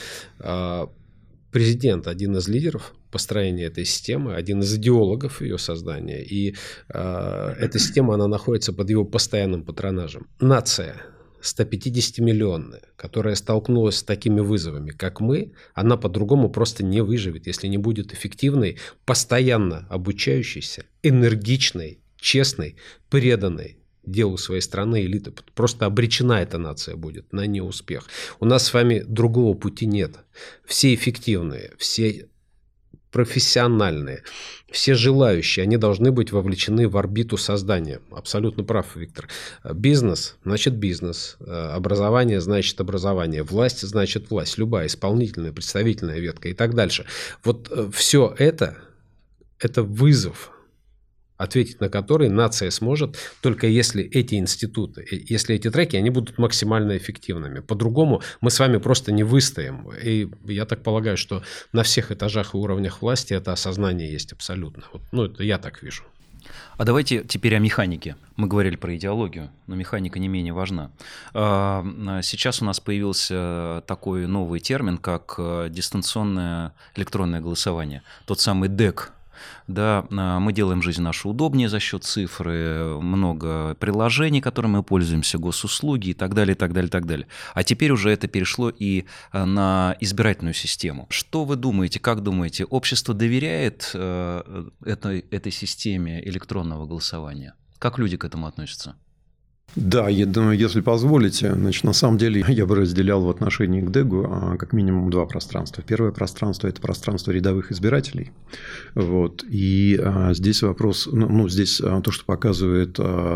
президент один из лидеров построения этой системы, один из идеологов ее создания. И эта система, она находится под его постоянным патронажем. Нация сто пятидесятимиллионная, которая столкнулась с такими вызовами, как мы, она по-другому просто не выживет, если не будет эффективной, постоянно обучающейся, энергичной, честной, преданной делу своей страны элиты. Просто обречена эта нация будет на неуспех. У нас с вами другого пути нет. Все эффективные, все профессиональные, все желающие, они должны быть вовлечены в орбиту создания. Абсолютно прав, Виктор. Бизнес – значит бизнес, образование – значит образование, власть – значит власть, любая исполнительная, представительная ветка и так дальше. Вот все это – это вызов, ответить на который нация сможет только если эти институты, если эти треки, они будут максимально эффективными. По-другому мы с вами просто не выстоим. И я так полагаю, что на всех этажах и уровнях власти это осознание есть абсолютно. Вот, ну, это я так вижу. А давайте теперь о механике. Мы говорили про идеологию, но механика не менее важна. Сейчас у нас появился такой новый термин, как дистанционное электронное голосование. Тот самый ДЭК. Да, мы делаем жизнь нашу удобнее за счет цифры, много приложений, которыми мы пользуемся, госуслуги и так далее, и так далее, и так далее. А теперь уже это перешло и на избирательную систему. Что вы думаете, как думаете, общество доверяет этой, этой системе электронного голосования? Как люди к этому относятся? Да, я думаю, если позволите, значит, на самом деле я бы разделял в отношении к ДЭГу как минимум два пространства. Первое пространство – это пространство рядовых избирателей. Вот. И а, здесь вопрос, ну, ну, здесь а, то, что показывает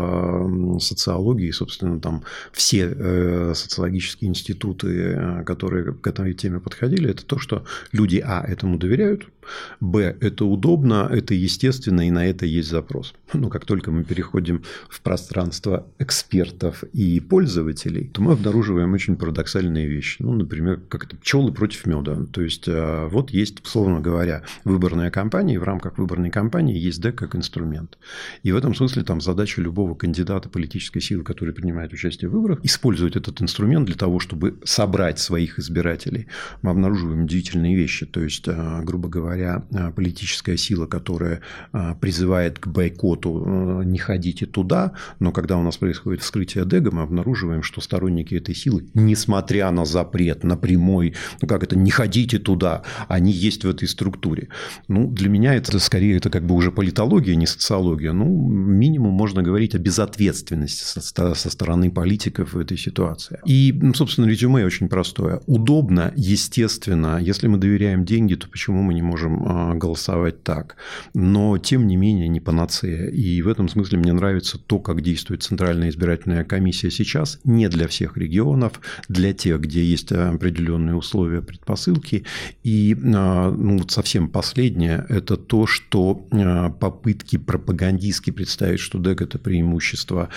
а, социология, и, собственно, там все а, социологические институты, а, которые к этой теме подходили, это то, что люди, а, этому доверяют, б, это удобно, это естественно, и на это есть запрос. Ну, как только мы переходим в пространство экспертов, экспертов и пользователей, то мы обнаруживаем очень парадоксальные вещи. Ну, например, как это пчелы против меда. То есть, вот есть, условно говоря, выборная кампания, и в рамках выборной кампании есть ДЭК как инструмент. И в этом смысле там задача любого кандидата политической силы, который принимает участие в выборах, использовать этот инструмент для того, чтобы собрать своих избирателей. Мы обнаруживаем удивительные вещи. То есть, грубо говоря, политическая сила, которая призывает к бойкоту, не ходите туда, но когда у нас происходит вскрытие ДЭГа, мы обнаруживаем, что сторонники этой силы, несмотря на запрет, на прямой, ну как это, не ходите туда, они есть в этой структуре. Ну, для меня это скорее это как бы уже политология, не социология. Ну, минимум можно говорить о безответственности со, со стороны политиков в этой ситуации. И, собственно, резюме очень простое. Удобно, естественно, если мы доверяем деньги, то почему мы не можем голосовать так? Но, тем не менее, не панацея. И в этом смысле мне нравится то, как действует Центральная избирательная комиссия сейчас, не для всех регионов, для тех, где есть определенные условия, предпосылки. И ну, совсем последнее – это то, что попытки пропагандистски представить, что ДЭК – это преимущество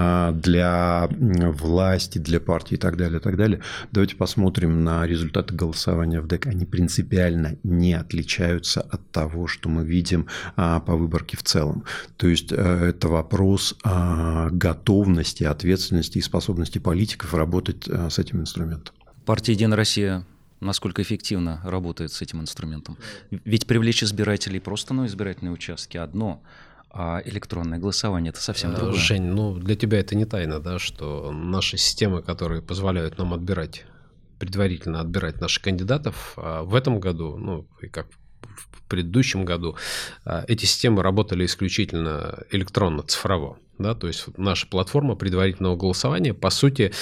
для власти, для партии и так далее, и так далее. Давайте посмотрим на результаты голосования в ДЭК. Они принципиально не отличаются от того, что мы видим по выборке в целом. То есть, это вопрос готовности, ответственности и способности политиков работать с этим инструментом. Партия «Единая Россия» насколько эффективно работает с этим инструментом? Ведь привлечь избирателей просто на избирательные участки одно, а электронное голосование – это совсем другое. Жень, ну для тебя это не тайна, да, что наши системы, которые позволяют нам отбирать, предварительно отбирать наших кандидатов, в этом году, ну и как в предыдущем году, эти системы работали исключительно электронно-цифрово. Да, то есть наша платформа предварительного голосования, по сути,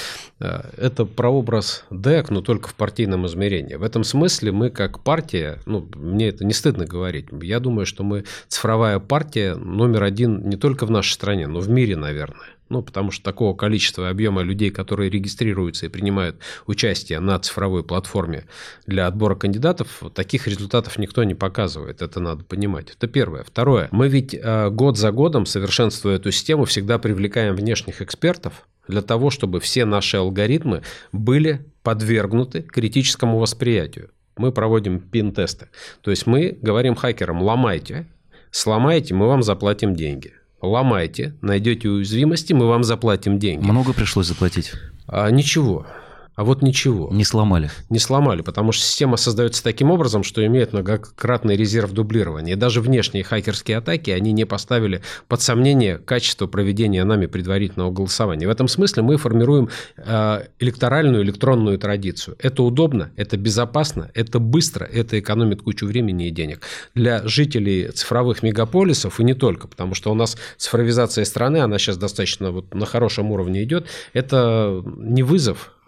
это прообраз ДЭК, но только в партийном измерении. В этом смысле мы как партия, ну, мне это не стыдно говорить, я думаю, что мы цифровая партия номер один не только в нашей стране, но в мире, наверное. Ну, потому что такого количества и объема людей, которые регистрируются и принимают участие на цифровой платформе для отбора кандидатов, таких результатов никто не показывает. Это надо понимать. Это первое. Второе. Мы ведь э, год за годом, совершенствуя эту систему, всегда привлекаем внешних экспертов для того, чтобы все наши алгоритмы были подвергнуты критическому восприятию. Мы проводим пин-тесты. То есть мы говорим хакерам: ломайте, сломайте, мы вам заплатим деньги. Ломайте, найдете уязвимости, мы вам заплатим деньги. Много пришлось заплатить? А, ничего. А вот ничего. Не сломали? Не сломали, потому что система создается таким образом, что имеет многократный резерв дублирования. И даже внешние хакерские атаки, они не поставили под сомнение качество проведения нами предварительного голосования. В этом смысле мы формируем э, электоральную электронную традицию. Это удобно, это безопасно, это быстро, это экономит кучу времени и денег. Для жителей цифровых мегаполисов и не только, потому что у нас цифровизация страны, она сейчас достаточно вот на хорошем уровне идет, это не вызов,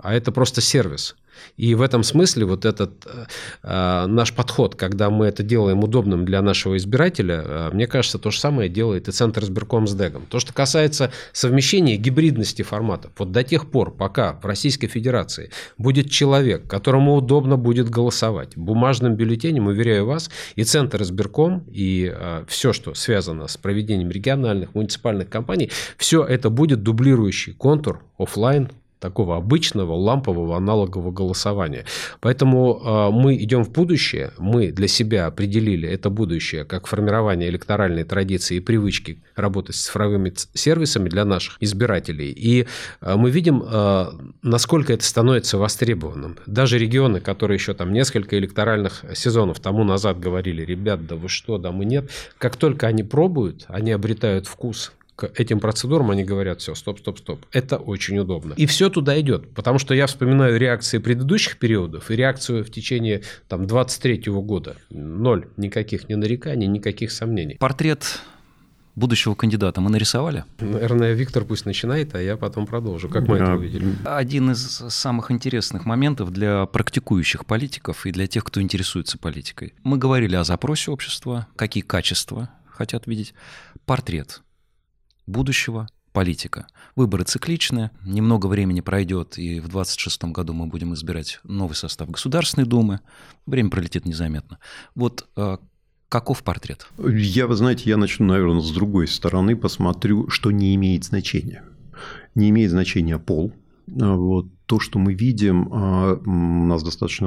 а это просто сервис. И в этом смысле вот этот э, наш подход, когда мы это делаем удобным для нашего избирателя, э, мне кажется, то же самое делает и Центр избирком с ДЭГом. То, что касается совмещения гибридности форматов, вот до тех пор, пока в Российской Федерации будет человек, которому удобно будет голосовать бумажным бюллетенем, уверяю вас, и Центр избирком, и э, все, что связано с проведением региональных, муниципальных кампаний, все это будет дублирующий контур офлайн, такого обычного лампового аналогового голосования. Поэтому э, мы идем в будущее, мы для себя определили это будущее как формирование электоральной традиции и привычки работать с цифровыми сервисами для наших избирателей. И э, мы видим, э, насколько это становится востребованным. Даже регионы, которые еще там несколько электоральных сезонов тому назад говорили: ребят, да вы что, да мы нет, как только они пробуют, они обретают вкус к этим процедурам, они говорят: все, стоп, стоп, стоп, это очень удобно. И все туда идет, потому что я вспоминаю реакции предыдущих периодов и реакцию в течение там, двадцать третьего года. Ноль, никаких ни нареканий, никаких сомнений. Портрет будущего кандидата мы нарисовали? Наверное, Виктор пусть начинает, а я потом продолжу, как мы это увидели. Один из самых интересных моментов для практикующих политиков и для тех, кто интересуется политикой. Мы говорили о запросе общества, какие качества хотят видеть. Портрет будущего политика. Выборы цикличные, немного времени пройдет, и в двадцать шестом году мы будем избирать новый состав Государственной Думы. Время пролетит незаметно. Вот э, каков портрет? Я, вы знаете, я начну, наверное, с другой стороны, посмотрю, что не имеет значения. Не имеет значения пол. Вот. То, что мы видим, у нас достаточно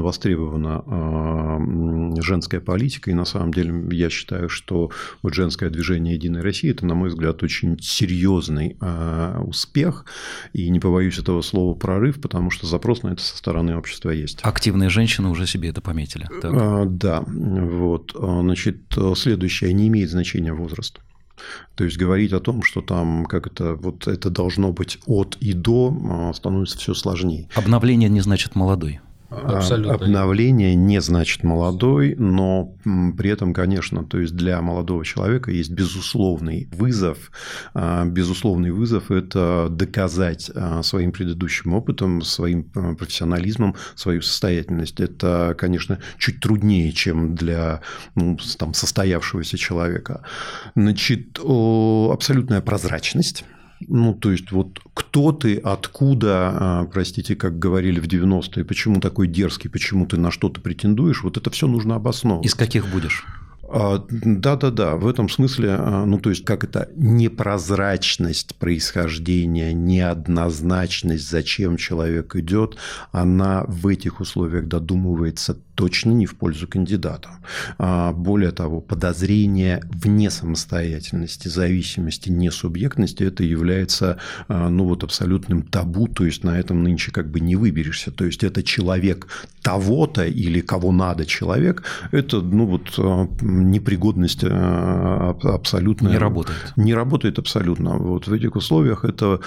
востребована женская политика, и на самом деле я считаю, что вот женское движение «Единой России» – это, на мой взгляд, очень серьезный успех, и не побоюсь этого слова «прорыв», потому что запрос на это со стороны общества есть. Активные женщины уже себе это пометили. Так. А, да, вот, значит, следующее, не имеет значения возраст. То есть говорить о том, что там как это вот это должно быть от и до, становится все сложнее. Обновление не значит молодой. Абсолютно. Обновление не значит молодой, но при этом, конечно, то есть для молодого человека есть безусловный вызов. Безусловный вызов – это доказать своим предыдущим опытом, своим профессионализмом свою состоятельность. Это, конечно, чуть труднее, чем для ну, там, состоявшегося человека. Значит, абсолютная прозрачность. Ну, то есть, вот кто ты, откуда, простите, как говорили в девяностые, почему такой дерзкий, почему ты на что-то претендуешь, вот это все нужно обосновывать. Из каких будешь? Да-да-да, в этом смысле, ну, то есть, как это, непрозрачность происхождения, неоднозначность, зачем человек идет, она в этих условиях додумывается точно не в пользу кандидата. Более того, подозрение в несамостоятельности, зависимости, несубъектности – это является, ну, вот абсолютным табу, то есть, на этом нынче как бы не выберешься. То есть, это человек того-то или кого надо человек, это, ну, вот непригодность абсолютно… Не работает. Не работает абсолютно. Вот в этих условиях это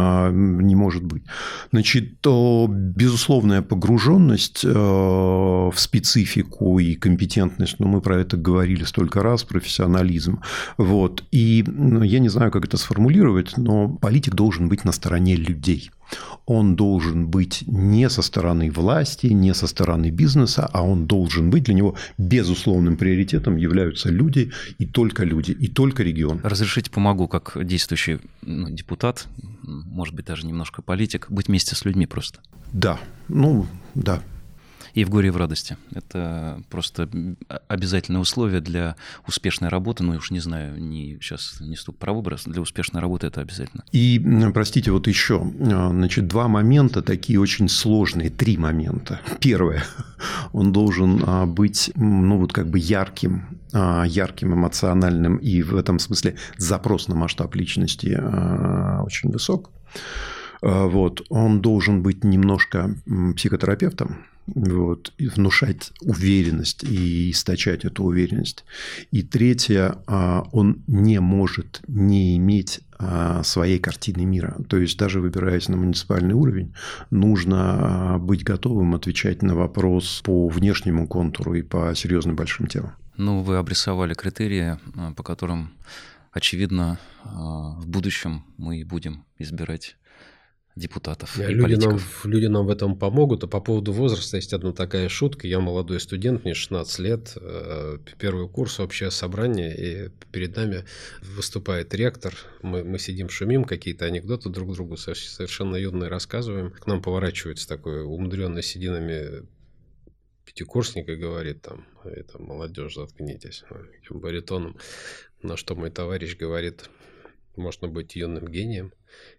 не может быть. Значит, безусловная погруженность в специфику и компетентность, но мы про это говорили столько раз, профессионализм. Вот. И я не знаю, как это сформулировать, но политик должен быть на стороне людей. Он должен быть не со стороны власти, не со стороны бизнеса, а он должен быть, для него безусловным приоритетом являются люди, и только люди, и только регион. Разрешите, помогу, как действующий депутат, может быть, даже немножко политик, быть вместе с людьми просто. Да, ну, да. И в горе, и в радости. Это просто обязательное условие для успешной работы. Ну, я уж не знаю, не, сейчас не столько про выбор, для успешной работы это обязательно. И, простите, вот еще, значит, два момента такие очень сложные, три момента. Первое, он должен быть, ну, вот как бы ярким, ярким, эмоциональным, и в этом смысле запрос на масштаб личности очень высок. Вот. Он должен быть немножко психотерапевтом, вот, и внушать уверенность и источать эту уверенность. И третье, он не может не иметь своей картины мира. То есть, даже выбираясь на муниципальный уровень, нужно быть готовым отвечать на вопрос по внешнему контуру и по серьезным большим темам. Ну, вы обрисовали критерии, по которым, очевидно, в будущем мы будем избирать депутатов и люди нам, политиков. люди нам в этом помогут. А по поводу возраста есть одна такая шутка. Я молодой студент, мне шестнадцать лет, первый курс, общее собрание, и перед нами выступает ректор. Мы, мы сидим, шумим, какие-то анекдоты друг другу совершенно юные рассказываем. К нам поворачивается такой умудренный сединами пятикурсник и говорит там: это молодежь, заткнитесь, таким баритоном. На что мой товарищ говорит: можно быть юным гением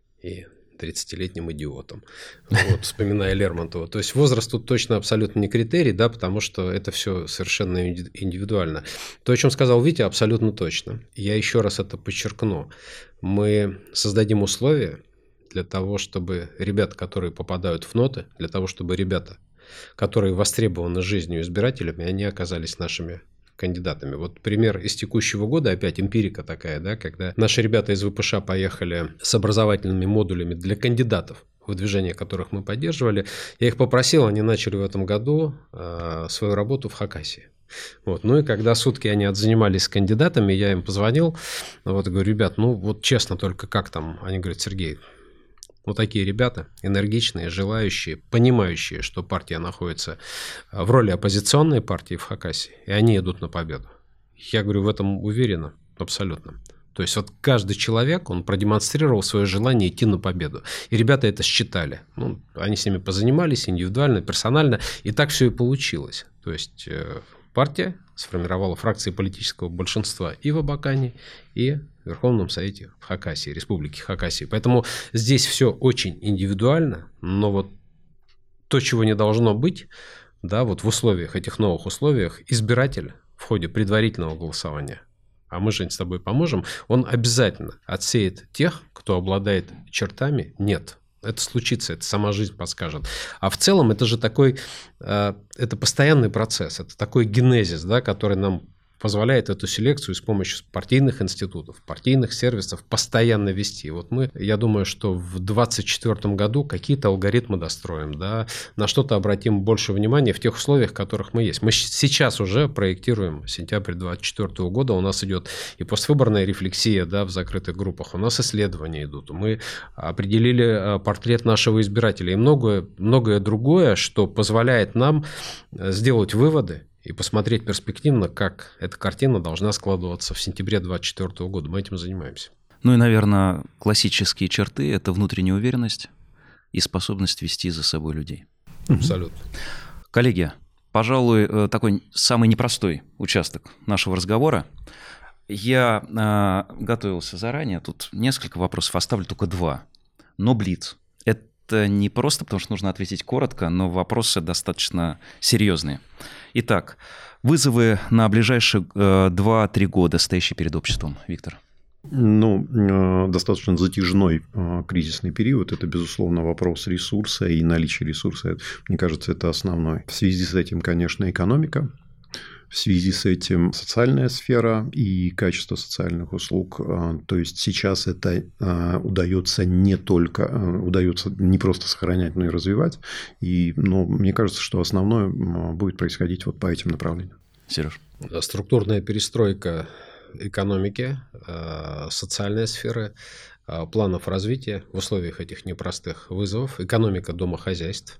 и тридцатилетним идиотом. Вот, вспоминая Лермонтова. То есть возраст тут точно абсолютно не критерий, да, потому что это все совершенно индивидуально. То, о чем сказал Витя, абсолютно точно. Я еще раз это подчеркну. Мы создадим условия для того, чтобы ребята, которые попадают в ноты, для того, чтобы ребята, которые востребованы жизнью избирателями, они оказались нашими кандидатами. Вот пример из текущего года, опять эмпирика такая, да, когда наши ребята из ВПШ поехали с образовательными модулями для кандидатов, выдвижение которых мы поддерживали. Я их попросил, они начали в этом году э, свою работу в Хакасии. Вот. Ну и когда сутки они отзанимались с кандидатами, я им позвонил, вот, говорю: ребят, ну вот честно, только как там? Они говорят: Сергей, вот такие ребята, энергичные, желающие, понимающие, что партия находится в роли оппозиционной партии в Хакасии, и они идут на победу. Я говорю, в этом уверенно, абсолютно. То есть вот каждый человек, он продемонстрировал свое желание идти на победу. И ребята это считали. Ну, они с ними позанимались индивидуально, персонально, и так все и получилось. То есть партия сформировала фракции политического большинства и в Абакане, и в Верховном Совете в Хакасии, Республике Хакасии. Поэтому здесь все очень индивидуально, но вот то, чего не должно быть, да, вот в условиях, этих новых условиях, избиратель в ходе предварительного голосования, а мы, Жень, с тобой поможем, он обязательно отсеет тех, кто обладает чертами «нет». Это случится, это сама жизнь подскажет. А в целом это же такой, э, это постоянный процесс, это такой генезис, да, который нам позволяет эту селекцию с помощью партийных институтов, партийных сервисов постоянно вести. Вот мы, я думаю, что в двадцать четвёртом году какие-то алгоритмы достроим, да, на что-то обратим больше внимания в тех условиях, в которых мы есть. Мы сейчас уже проектируем сентябрь двадцать четвёртого года, у нас идет и поствыборная рефлексия, да, в закрытых группах, у нас исследования идут, мы определили портрет нашего избирателя и многое, многое другое, что позволяет нам сделать выводы и посмотреть перспективно, как эта картина должна складываться в сентябре двадцать четвёртого года. Мы этим занимаемся. Ну и, наверное, классические черты – это внутренняя уверенность и способность вести за собой людей. Абсолютно. Коллеги, пожалуй, такой самый непростой участок нашего разговора. Я э, готовился заранее, тут несколько вопросов, оставлю только два. Но блиц. Это не просто потому, что нужно ответить коротко, но вопросы достаточно серьезные. Итак, вызовы на ближайшие э, два-три года, стоящие перед обществом. Виктор. Ну, достаточно затяжной кризисный период. Это, безусловно, вопрос ресурса и наличия ресурса. Мне кажется, это основной. В связи с этим, конечно, экономика. В связи с этим социальная сфера и качество социальных услуг. То есть сейчас это удается не только, удается не просто сохранять, но и развивать. И, ну, мне кажется, что основное будет происходить вот по этим направлениям. Сереж. Структурная перестройка экономики, социальной сферы, планов развития в условиях этих непростых вызовов, экономика домохозяйств,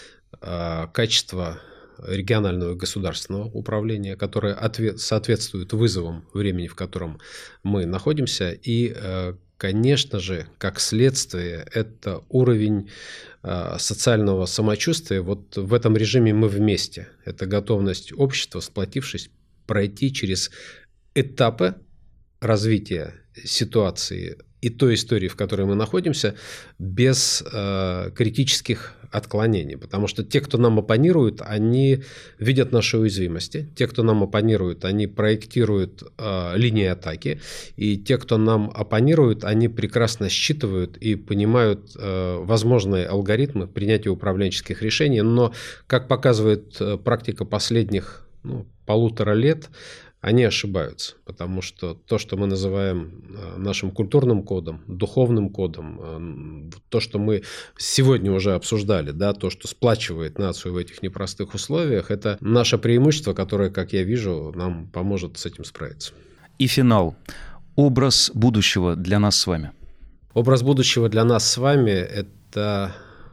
качество регионального и государственного управления, которое ответ, соответствует вызовам времени, в котором мы находимся. И, конечно же, как следствие, это уровень социального самочувствия. Вот в этом режиме мы вместе. Это готовность общества, сплотившись, пройти через этапы развития ситуации и той истории, в которой мы находимся, без э, критических отклонений. Потому что те, кто нам оппонирует, они видят наши уязвимости. Те, кто нам оппонирует, они проектируют э, линии атаки. И те, кто нам оппонирует, они прекрасно считывают и понимают э, возможные алгоритмы принятия управленческих решений. Но, как показывает э, практика последних ну, полутора лет, они ошибаются, потому что то, что мы называем нашим культурным кодом, духовным кодом, то, что мы сегодня уже обсуждали, да, то, что сплачивает нацию в этих непростых условиях, это наше преимущество, которое, как я вижу, нам поможет с этим справиться. И финал. Образ будущего для нас с вами. Образ будущего для нас с вами – это это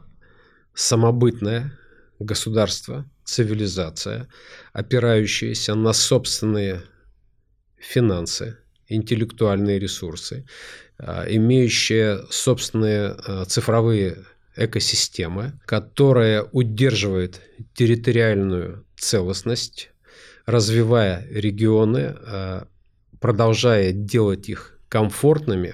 самобытное государство, цивилизация, опирающаяся на собственные финансы, интеллектуальные ресурсы, имеющая собственные цифровые экосистемы, которая удерживает территориальную целостность, развивая регионы, продолжая делать их комфортными,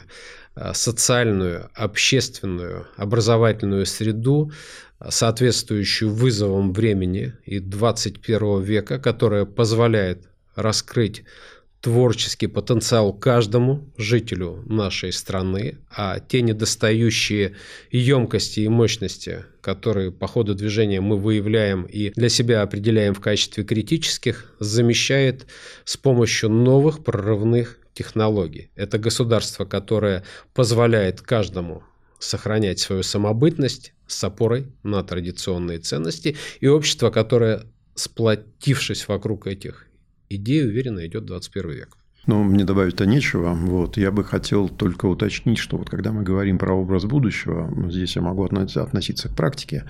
социальную, общественную, образовательную среду, соответствующую вызовам времени и двадцать первого века, которая позволяет раскрыть творческий потенциал каждому жителю нашей страны, а те недостающие емкости и мощности, которые по ходу движения мы выявляем и для себя определяем в качестве критических, замещает с помощью новых прорывных технологий. Это государство, которое позволяет каждому сохранять свою самобытность с опорой на традиционные ценности, и общество, которое, сплотившись вокруг этих идей, уверенно идет в двадцать первый век. Ну, мне добавить-то нечего. Вот. Я бы хотел только уточнить, что вот когда мы говорим про образ будущего, здесь я могу относиться к практике,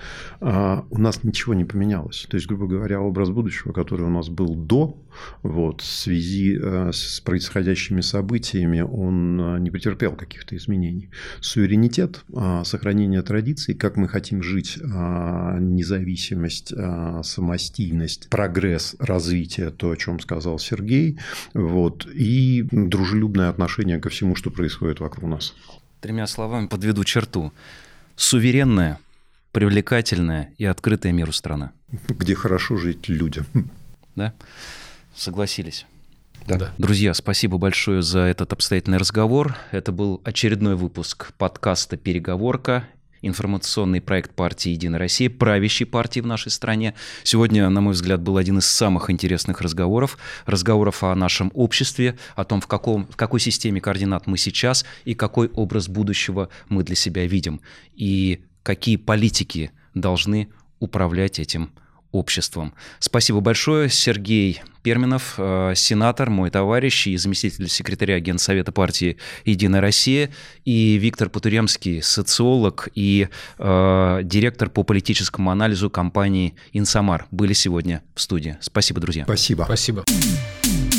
у нас ничего не поменялось. То есть, грубо говоря, образ будущего, который у нас был до, вот, в связи с происходящими событиями, он не претерпел каких-то изменений. Суверенитет, сохранение традиций, как мы хотим жить, независимость, самостийность, прогресс, развитие, то, о чем сказал Сергей, вот, и дружелюбное отношение ко всему, что происходит вокруг нас. Тремя словами подведу черту. Суверенная, привлекательная и открытая миру страна. Где хорошо жить людям. Да? Согласились. Да. Да. Друзья, спасибо большое за этот обстоятельный разговор. Это был очередной выпуск подкаста «Переговорка». Информационный проект партии «Единая Россия», правящей партии в нашей стране. Сегодня, на мой взгляд, был один из самых интересных разговоров. Разговоров о нашем обществе, о том, в, каком, в какой системе координат мы сейчас и какой образ будущего мы для себя видим. И какие политики должны управлять этим обществом. Спасибо большое. Сергей Перминов, сенатор, мой товарищ и заместитель секретаря Генсовета партии «Единая Россия», и Виктор Потуремский, социолог и э, директор по политическому анализу компании «Инсамар» были сегодня в студии. Спасибо, друзья. Спасибо. Спасибо.